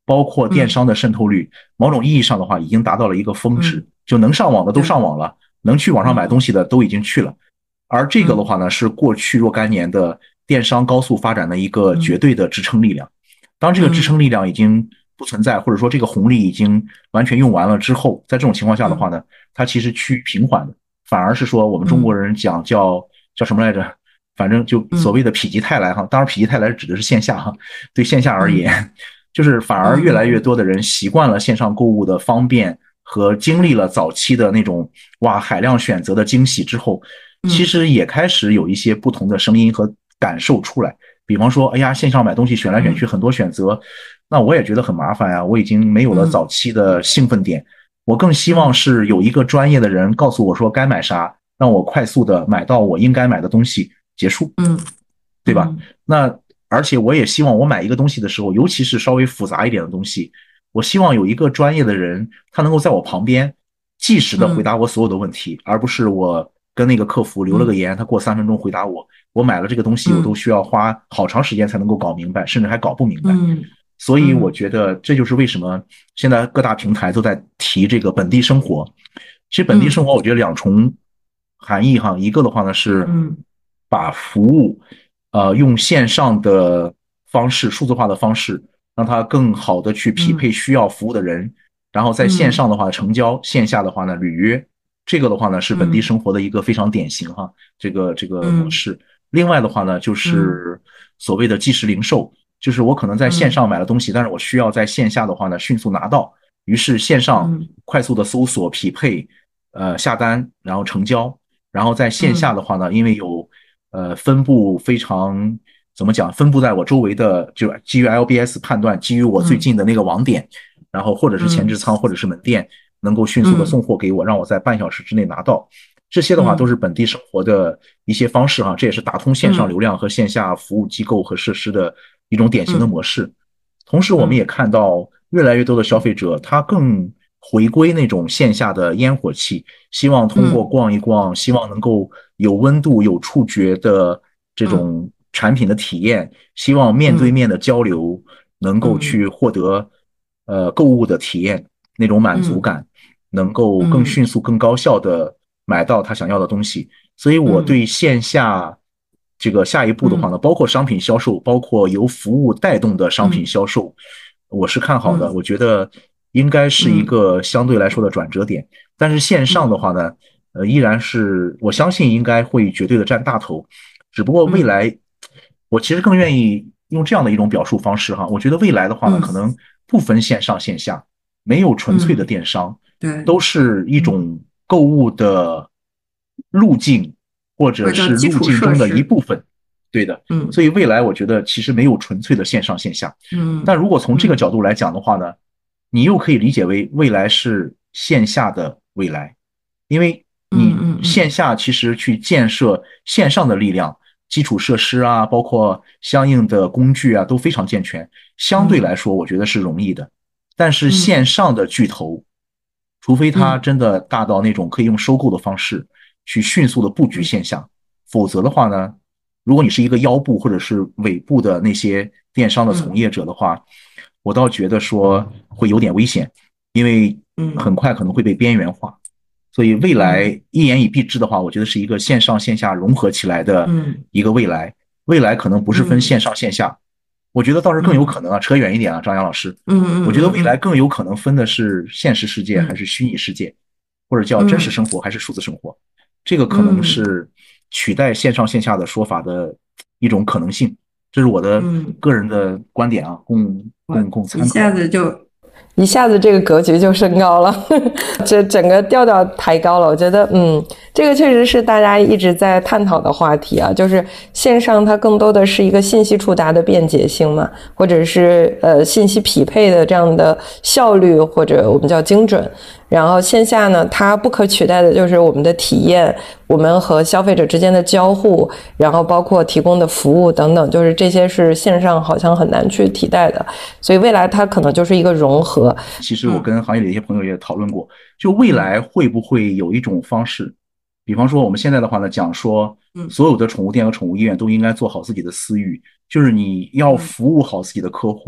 包括电商的渗透率，某种意义上的话已经达到了一个峰值，就能上网的都上网了，能去网上买东西的都已经去了。而这个的话呢，是过去若干年的电商高速发展的一个绝对的支撑力量。当这个支撑力量已经不存在，或者说这个红利已经完全用完了之后，在这种情况下的话呢，它其实趋于平缓的，反而是说我们中国人讲叫什么来着？反正就所谓的否极泰来哈，当然否极泰来指的是线下哈，对线下而言，就是反而越来越多的人习惯了线上购物的方便和经历了早期的那种哇海量选择的惊喜之后，其实也开始有一些不同的声音和感受出来。比方说，哎呀，线上买东西选来选去很多选择，那我也觉得很麻烦呀，我已经没有了早期的兴奋点，我更希望是有一个专业的人告诉我说该买啥，让我快速的买到我应该买的东西，结束，对吧？那而且我也希望我买一个东西的时候，尤其是稍微复杂一点的东西，我希望有一个专业的人，他能够在我旁边即时的回答我所有的问题，而不是我跟那个客服留了个言，他过3分钟回答我买了这个东西，我都需要花好长时间才能够搞明白，甚至还搞不明白。所以我觉得这就是为什么现在各大平台都在提这个本地生活。其实本地生活我觉得2重含义哈，一个的话呢是把服务用线上的方式、数字化的方式，让它更好的去匹配需要服务的人，然后在线上的话成交，线下的话呢履约。这个的话呢是本地生活的一个非常典型哈，这个模式。另外的话呢就是所谓的即时零售，就是我可能在线上买了东西，但是我需要在线下的话呢迅速拿到，于是线上快速的搜索匹配，下单，然后成交，然后在线下的话呢，因为有分布非常怎么讲，分布在我周围的，就基于 LBS 判断，基于我最近的那个网点，然后或者是前置仓或者是门店，能够迅速的送货给我，让我在半小时之内拿到。这些的话都是本地生活的一些方式哈，这也是打通线上流量和线下服务机构和设施的一种典型的模式。同时我们也看到越来越多的消费者他更回归那种线下的烟火气，希望通过逛一逛，希望能够有温度有触觉的这种产品的体验，希望面对面的交流能够去获得购物的体验，那种满足感，能够更迅速更高效的买到他想要的东西。所以我对线下这个下一步的话呢，包括商品销售，包括由服务带动的商品销售，我是看好的。我觉得应该是一个相对来说的转折点。但是线上的话呢，依然是我相信应该会绝对的占大头。只不过未来，我其实更愿意用这样的一种表述方式哈。我觉得未来的话呢，可能不分线上线下，没有纯粹的电商，都是一种购物的路径，或者是路径中的一部分。对的，所以未来我觉得其实没有纯粹的线上线下，但如果从这个角度来讲的话呢，你又可以理解为未来是线下的未来，因为你线下其实去建设线上的力量，基础设施啊，包括相应的工具啊，都非常健全，相对来说我觉得是容易的。但是线上的巨头，除非他真的大到那种可以用收购的方式去迅速的布局线下，否则的话呢，如果你是一个腰部或者是尾部的那些电商的从业者的话，我倒觉得说会有点危险，因为很快可能会被边缘化。所以未来一言以蔽之的话，我觉得是一个线上线下融合起来的一个未来。未来可能不是分线上线下，我觉得倒是更有可能啊，扯远一点啊，张扬老师，我觉得未来更有可能分的是现实世界还是虚拟世界，或者叫真实生活还是数字生活，这个可能是取代线上线下的说法的一种可能性，这是我的个人的观点啊，供参考。 一下子这个格局就升高了，这整个调调抬高了。我觉得这个确实是大家一直在探讨的话题啊，就是线上它更多的是一个信息触达的便捷性嘛，或者是信息匹配的这样的效率，或者我们叫精准。然后线下呢，它不可取代的就是我们的体验，我们和消费者之间的交互，然后包括提供的服务等等，就是这些是线上好像很难去替代的，所以未来它可能就是一个融合。 其实我跟行业里的一些朋友也讨论过，就未来会不会有一种方式，比方说我们现在的话呢，讲说所有的宠物店和宠物医院都应该做好自己的私域，就是你要服务好自己的客户，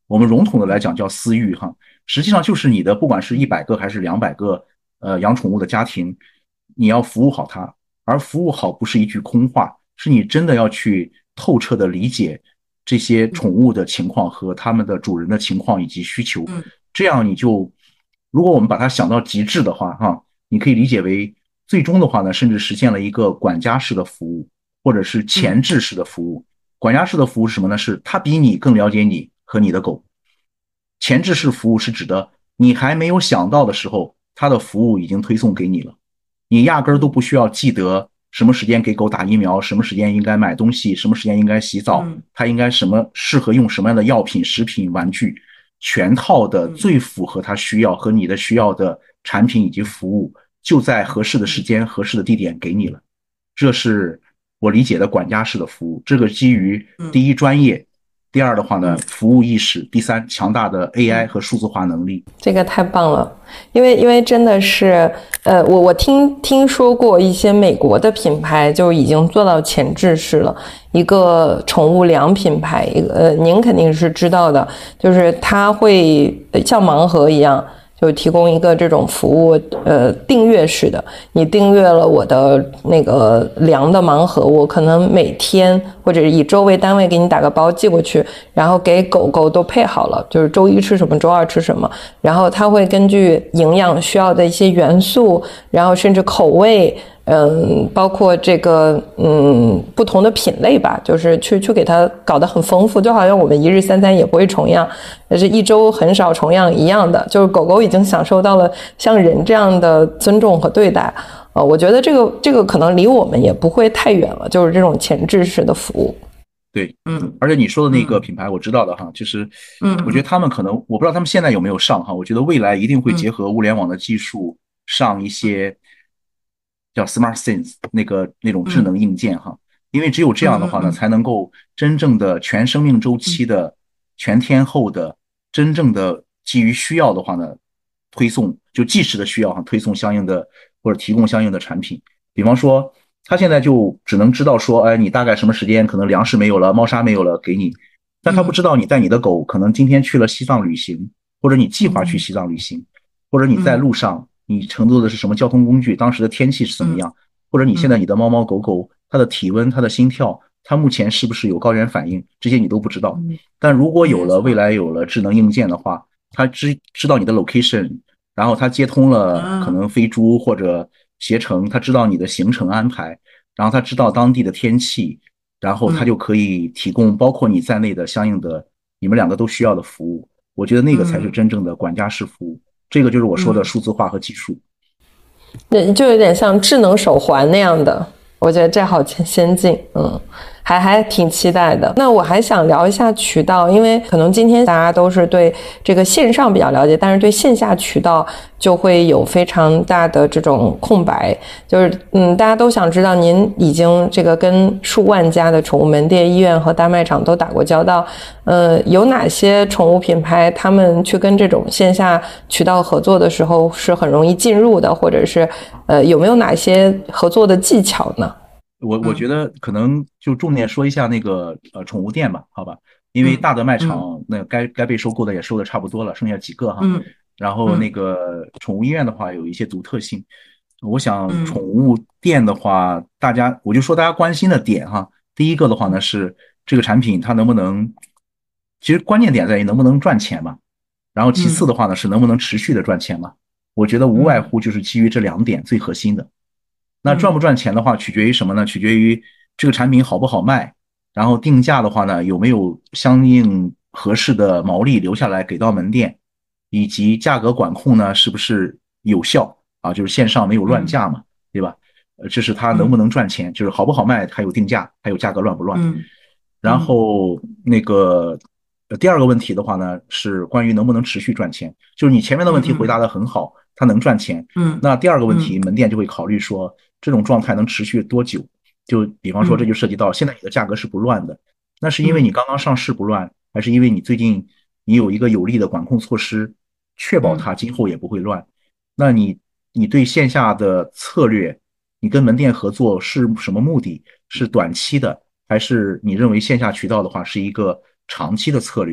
我们笼统的来讲叫私域哈，实际上就是你的不管是100个还是200个养宠物的家庭，你要服务好它，而服务好不是一句空话，是你真的要去透彻的理解这些宠物的情况和他们的主人的情况以及需求，这样你就如果我们把它想到极致的话哈，你可以理解为最终的话呢，甚至实现了一个管家式的服务，或者是前置式的服务。管家式的服务是什么呢？是他比你更了解你和你的狗。前置式服务是指的你还没有想到的时候，他的服务已经推送给你了，你压根儿都不需要记得什么时间给狗打疫苗，什么时间应该买东西，什么时间应该洗澡，它应该什么适合用什么样的药品、食品、玩具，全套的最符合它需要和你的需要的产品以及服务，就在合适的时间、合适的地点给你了。这是我理解的管家式的服务。这个基于第一专业，第二的话呢服务意识，第三强大的 AI 和数字化能力。 这个太棒了，因为真的是，我听说过一些美国的品牌就已经做到前置式了。一个宠物粮品牌，您肯定是知道的，就是它会像盲盒一样。就提供一个这种服务，订阅式的，你订阅了我的那个粮的盲盒，我可能每天或者以周为单位给你打个包寄过去，然后给狗狗都配好了，就是周一吃什么，周二吃什么，然后它会根据营养需要的一些元素，然后甚至口味。包括这个不同的品类吧，就是去给它搞得很丰富，就好像我们一日三餐也不会重样，但是一周很少重样一样的，就是狗狗已经享受到了像人这样的尊重和对待。我觉得这个可能离我们也不会太远了，就是这种前置式的服务。 对，而且你说的那个品牌我知道的哈，就是我觉得他们可能我不知道他们现在有没有上哈，我觉得未来一定会结合物联网的技术上一些叫 Smart Things 那种智能硬件哈，因为只有这样的话呢，才能够真正的全生命周期的、全天候的、真正的基于需要的话呢，推送就即时的需要哈，推送相应的或者提供相应的产品。比方说，他现在就只能知道说，哎，你大概什么时间可能粮食没有了、猫砂没有了给你，但他不知道你带你的狗可能今天去了西藏旅行，或者你计划去西藏旅行，或者你在路上。你乘坐的是什么交通工具？当时的天气是怎么样？或者你现在你的猫猫狗狗它的体温、它的心跳，它目前是不是有高原反应？这些你都不知道。但如果未来有了智能硬件的话，它知道你的 location， 然后它接通了可能飞猪或者携程，它知道你的行程安排，然后它知道当地的天气，然后它就可以提供包括你在内的相应的你们两个都需要的服务。我觉得那个才是真正的管家式服务。这个就是我说的数字化和技术， 就有点像智能手环那样的，我觉得这好先进，还挺期待的。那我还想聊一下渠道，因为可能今天大家都是对这个线上比较了解，但是对线下渠道就会有非常大的这种空白。就是大家都想知道，您已经这个跟数万家的宠物门店、医院和大卖场都打过交道，有哪些宠物品牌他们去跟这种线下渠道合作的时候是很容易进入的，或者是有没有哪些合作的技巧呢？ 我觉得可能就重点说一下那个宠物店吧，好吧，因为大的卖场那该被收购的也收的差不多了，剩下几个哈。然后那个宠物医院的话有一些独特性，我想宠物店的话，我就说大家关心的点哈，第一个的话呢是这个产品它能不能，其实关键点在于能不能赚钱嘛，然后其次的话呢是能不能持续的赚钱嘛，我觉得无外乎就是基于这2点最核心的。那赚不赚钱的话，取决于什么呢？取决于这个产品好不好卖，然后定价的话呢，有没有相应合适的毛利留下来给到门店，以及价格管控呢是不是有效啊？就是线上没有乱价嘛，对吧？这是它能不能赚钱，就是好不好卖，还有定价，还有价格乱不乱。然后那个第二个问题的话呢，是关于能不能持续赚钱，就是你前面的问题回答得很好，它能赚钱。那第二个问题，门店就会考虑说，这种状态能持续多久？就比方说，这就涉及到现在你的价格是不乱的，那是因为你刚刚上市不乱，还是因为你最近你有一个有力的管控措施，确保它今后也不会乱？那你对线下的策略，你跟门店合作是什么目的？是短期的，还是你认为线下渠道的话是一个长期的策略？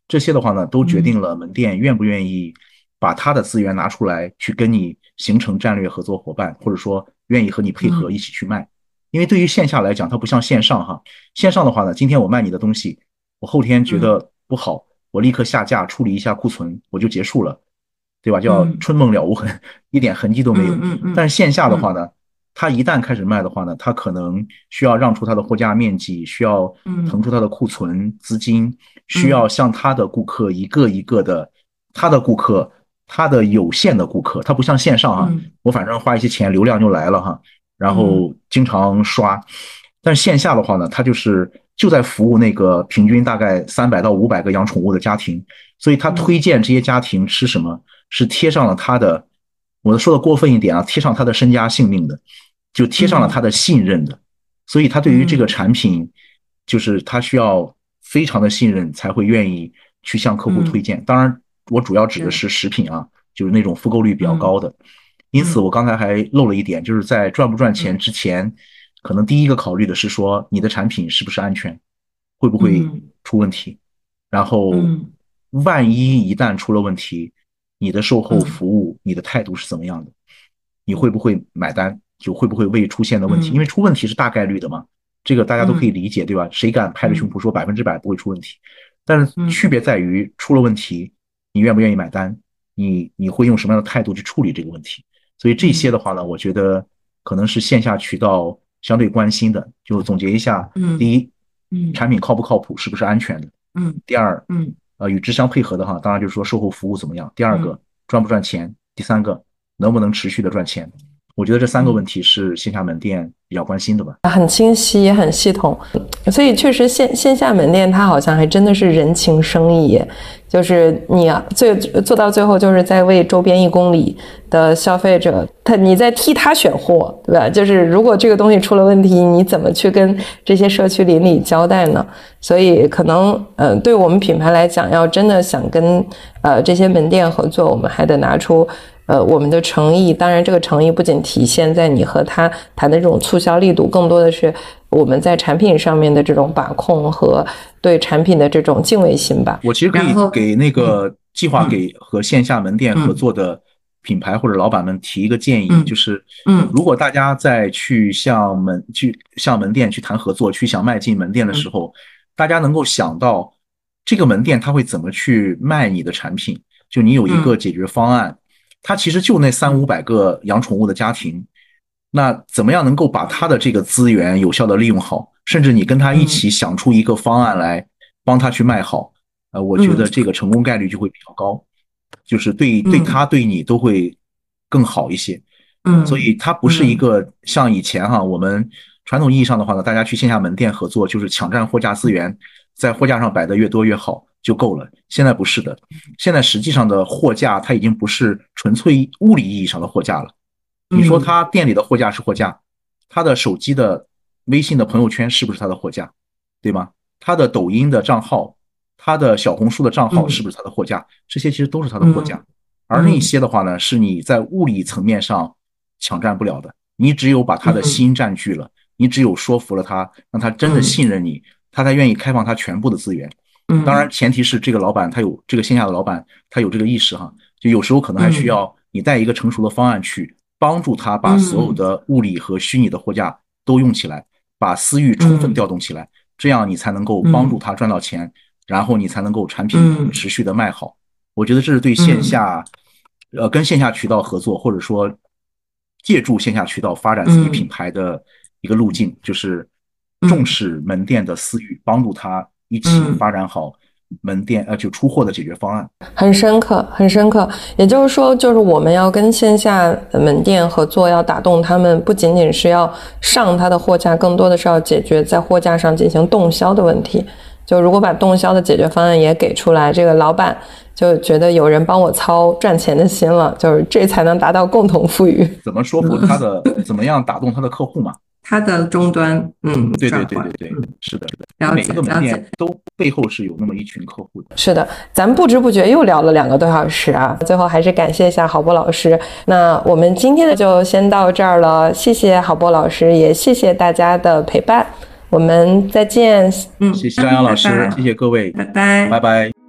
这些的话呢，都决定了门店愿不愿意把他的资源拿出来去跟你形成战略合作伙伴，或者说愿意和你配合一起去卖。因为对于线下来讲，它不像线上哈，线上的话呢，今天我卖你的东西，我后天觉得不好，我立刻下架处理一下库存，我就结束了，对吧？叫春梦了无痕，一点痕迹都没有。但是线下的话呢，他一旦开始卖的话呢，他可能需要让出他的货架面积，需要腾出他的库存资金，需要向他的顾客一个一个的，他的顾客，他的有限的顾客，他不像线上哈，我反正花一些钱，流量就来了哈，然后经常刷。但是线下的话呢，他就在服务那个平均大概300到500个养宠物的家庭，所以他推荐这些家庭吃什么，是贴上了他的，我说的过分一点啊，贴上他的身家性命的，就贴上了他的信任的。所以他对于这个产品，就是他需要非常的信任才会愿意去向客户推荐。当然，我主要指的是食品啊，就是那种复购率比较高的。因此，我刚才还漏了一点，就是在赚不赚钱之前，可能第一个考虑的是说你的产品是不是安全，会不会出问题，然后万一旦出了问题，你的售后服务，你的态度是怎么样的，你会不会买单，就会不会为出现的问题，因为出问题是大概率的嘛，这个大家都可以理解，对吧？谁敢拍着胸脯说100%不会出问题？但是区别在于出了问题，你愿不愿意买单，你会用什么样的态度去处理这个问题？所以这些的话呢，我觉得可能是线下渠道相对关心的。就总结一下，第一，产品靠不靠谱，是不是安全的？第二，与之相配合的哈，当然就是说售后服务怎么样。第二个，赚不赚钱？第三个，能不能持续的赚钱？我觉得这3个问题是线下门店比较关心的吧。 很清晰也很系统，所以确实线下门店它好像还真的是人情生意，就是你做到最后就是在为周边1公里的消费者，你在替他选货，对吧？就是如果这个东西出了问题，你怎么去跟这些社区邻里交代呢？所以可能对我们品牌来讲，要真的想跟这些门店合作，我们还得拿出我们的诚意。当然这个诚意不仅体现在你和他谈的这种促销力度，更多的是我们在产品上面的这种把控和对产品的这种敬畏心吧。 我其实可以给那个计划给和线下门店合作的品牌或者老板们提一个建议，就是如果大家在去向门店去谈合作，去想迈进门店的时候，大家能够想到这个门店他会怎么去卖你的产品，就你有一个解决方案，他其实就那300-500个养宠物的家庭，那怎么样能够把他的这个资源有效的利用好，甚至你跟他一起想出一个方案来帮他去卖好，我觉得这个成功概率就会比较高，就是对他对你都会更好一些。所以它不是一个像以前哈，我们传统意义上的话呢，大家去线下门店合作就是抢占货架资源，在货架上摆得越多越好就够了。现在不是的，现在实际上的货架它已经不是纯粹物理意义上的货架了。你说他店里的货架是货架，他的手机的微信的朋友圈是不是他的货架，对吗？他的抖音的账号，他的小红书的账号是不是他的货架？这些其实都是他的货架。而那些的话呢，是你在物理层面上抢占不了的，你只有把他的心占据了，你只有说服了他，让他真的信任你，他才愿意开放他全部的资源。当然前提是这个老板他有这个线下的老板他有这个意识哈，就有时候可能还需要你带一个成熟的方案去帮助他把所有的物理和虚拟的货架都用起来，把私域充分调动起来，这样你才能够帮助他赚到钱，然后你才能够产品持续的卖好。我觉得这是对线下跟线下渠道合作，或者说借助线下渠道发展自己品牌的一个路径，就是重视门店的私域，帮助他一起发展好门店就出货的解决方案。 很深刻很深刻。也就是说，就是我们要跟线下门店合作，要打动他们，不仅仅是要上他的货架，更多的是要解决在货架上进行动销的问题。就如果把动销的解决方案也给出来，这个老板就觉得有人帮我操赚钱的心了，就是这才能达到共同富裕。 怎么说服他的怎么样打动他的客户嘛， 他的终端对，是的每一个门店都背后是有那么一群客户的。 是的，咱们不知不觉又聊了2个多小时啊，最后还是感谢一下郝波老师。那我们今天的就先到这儿了，谢谢郝波老师，也谢谢大家的陪伴，我们再见。 谢谢张扬老师，谢谢各位， 拜拜。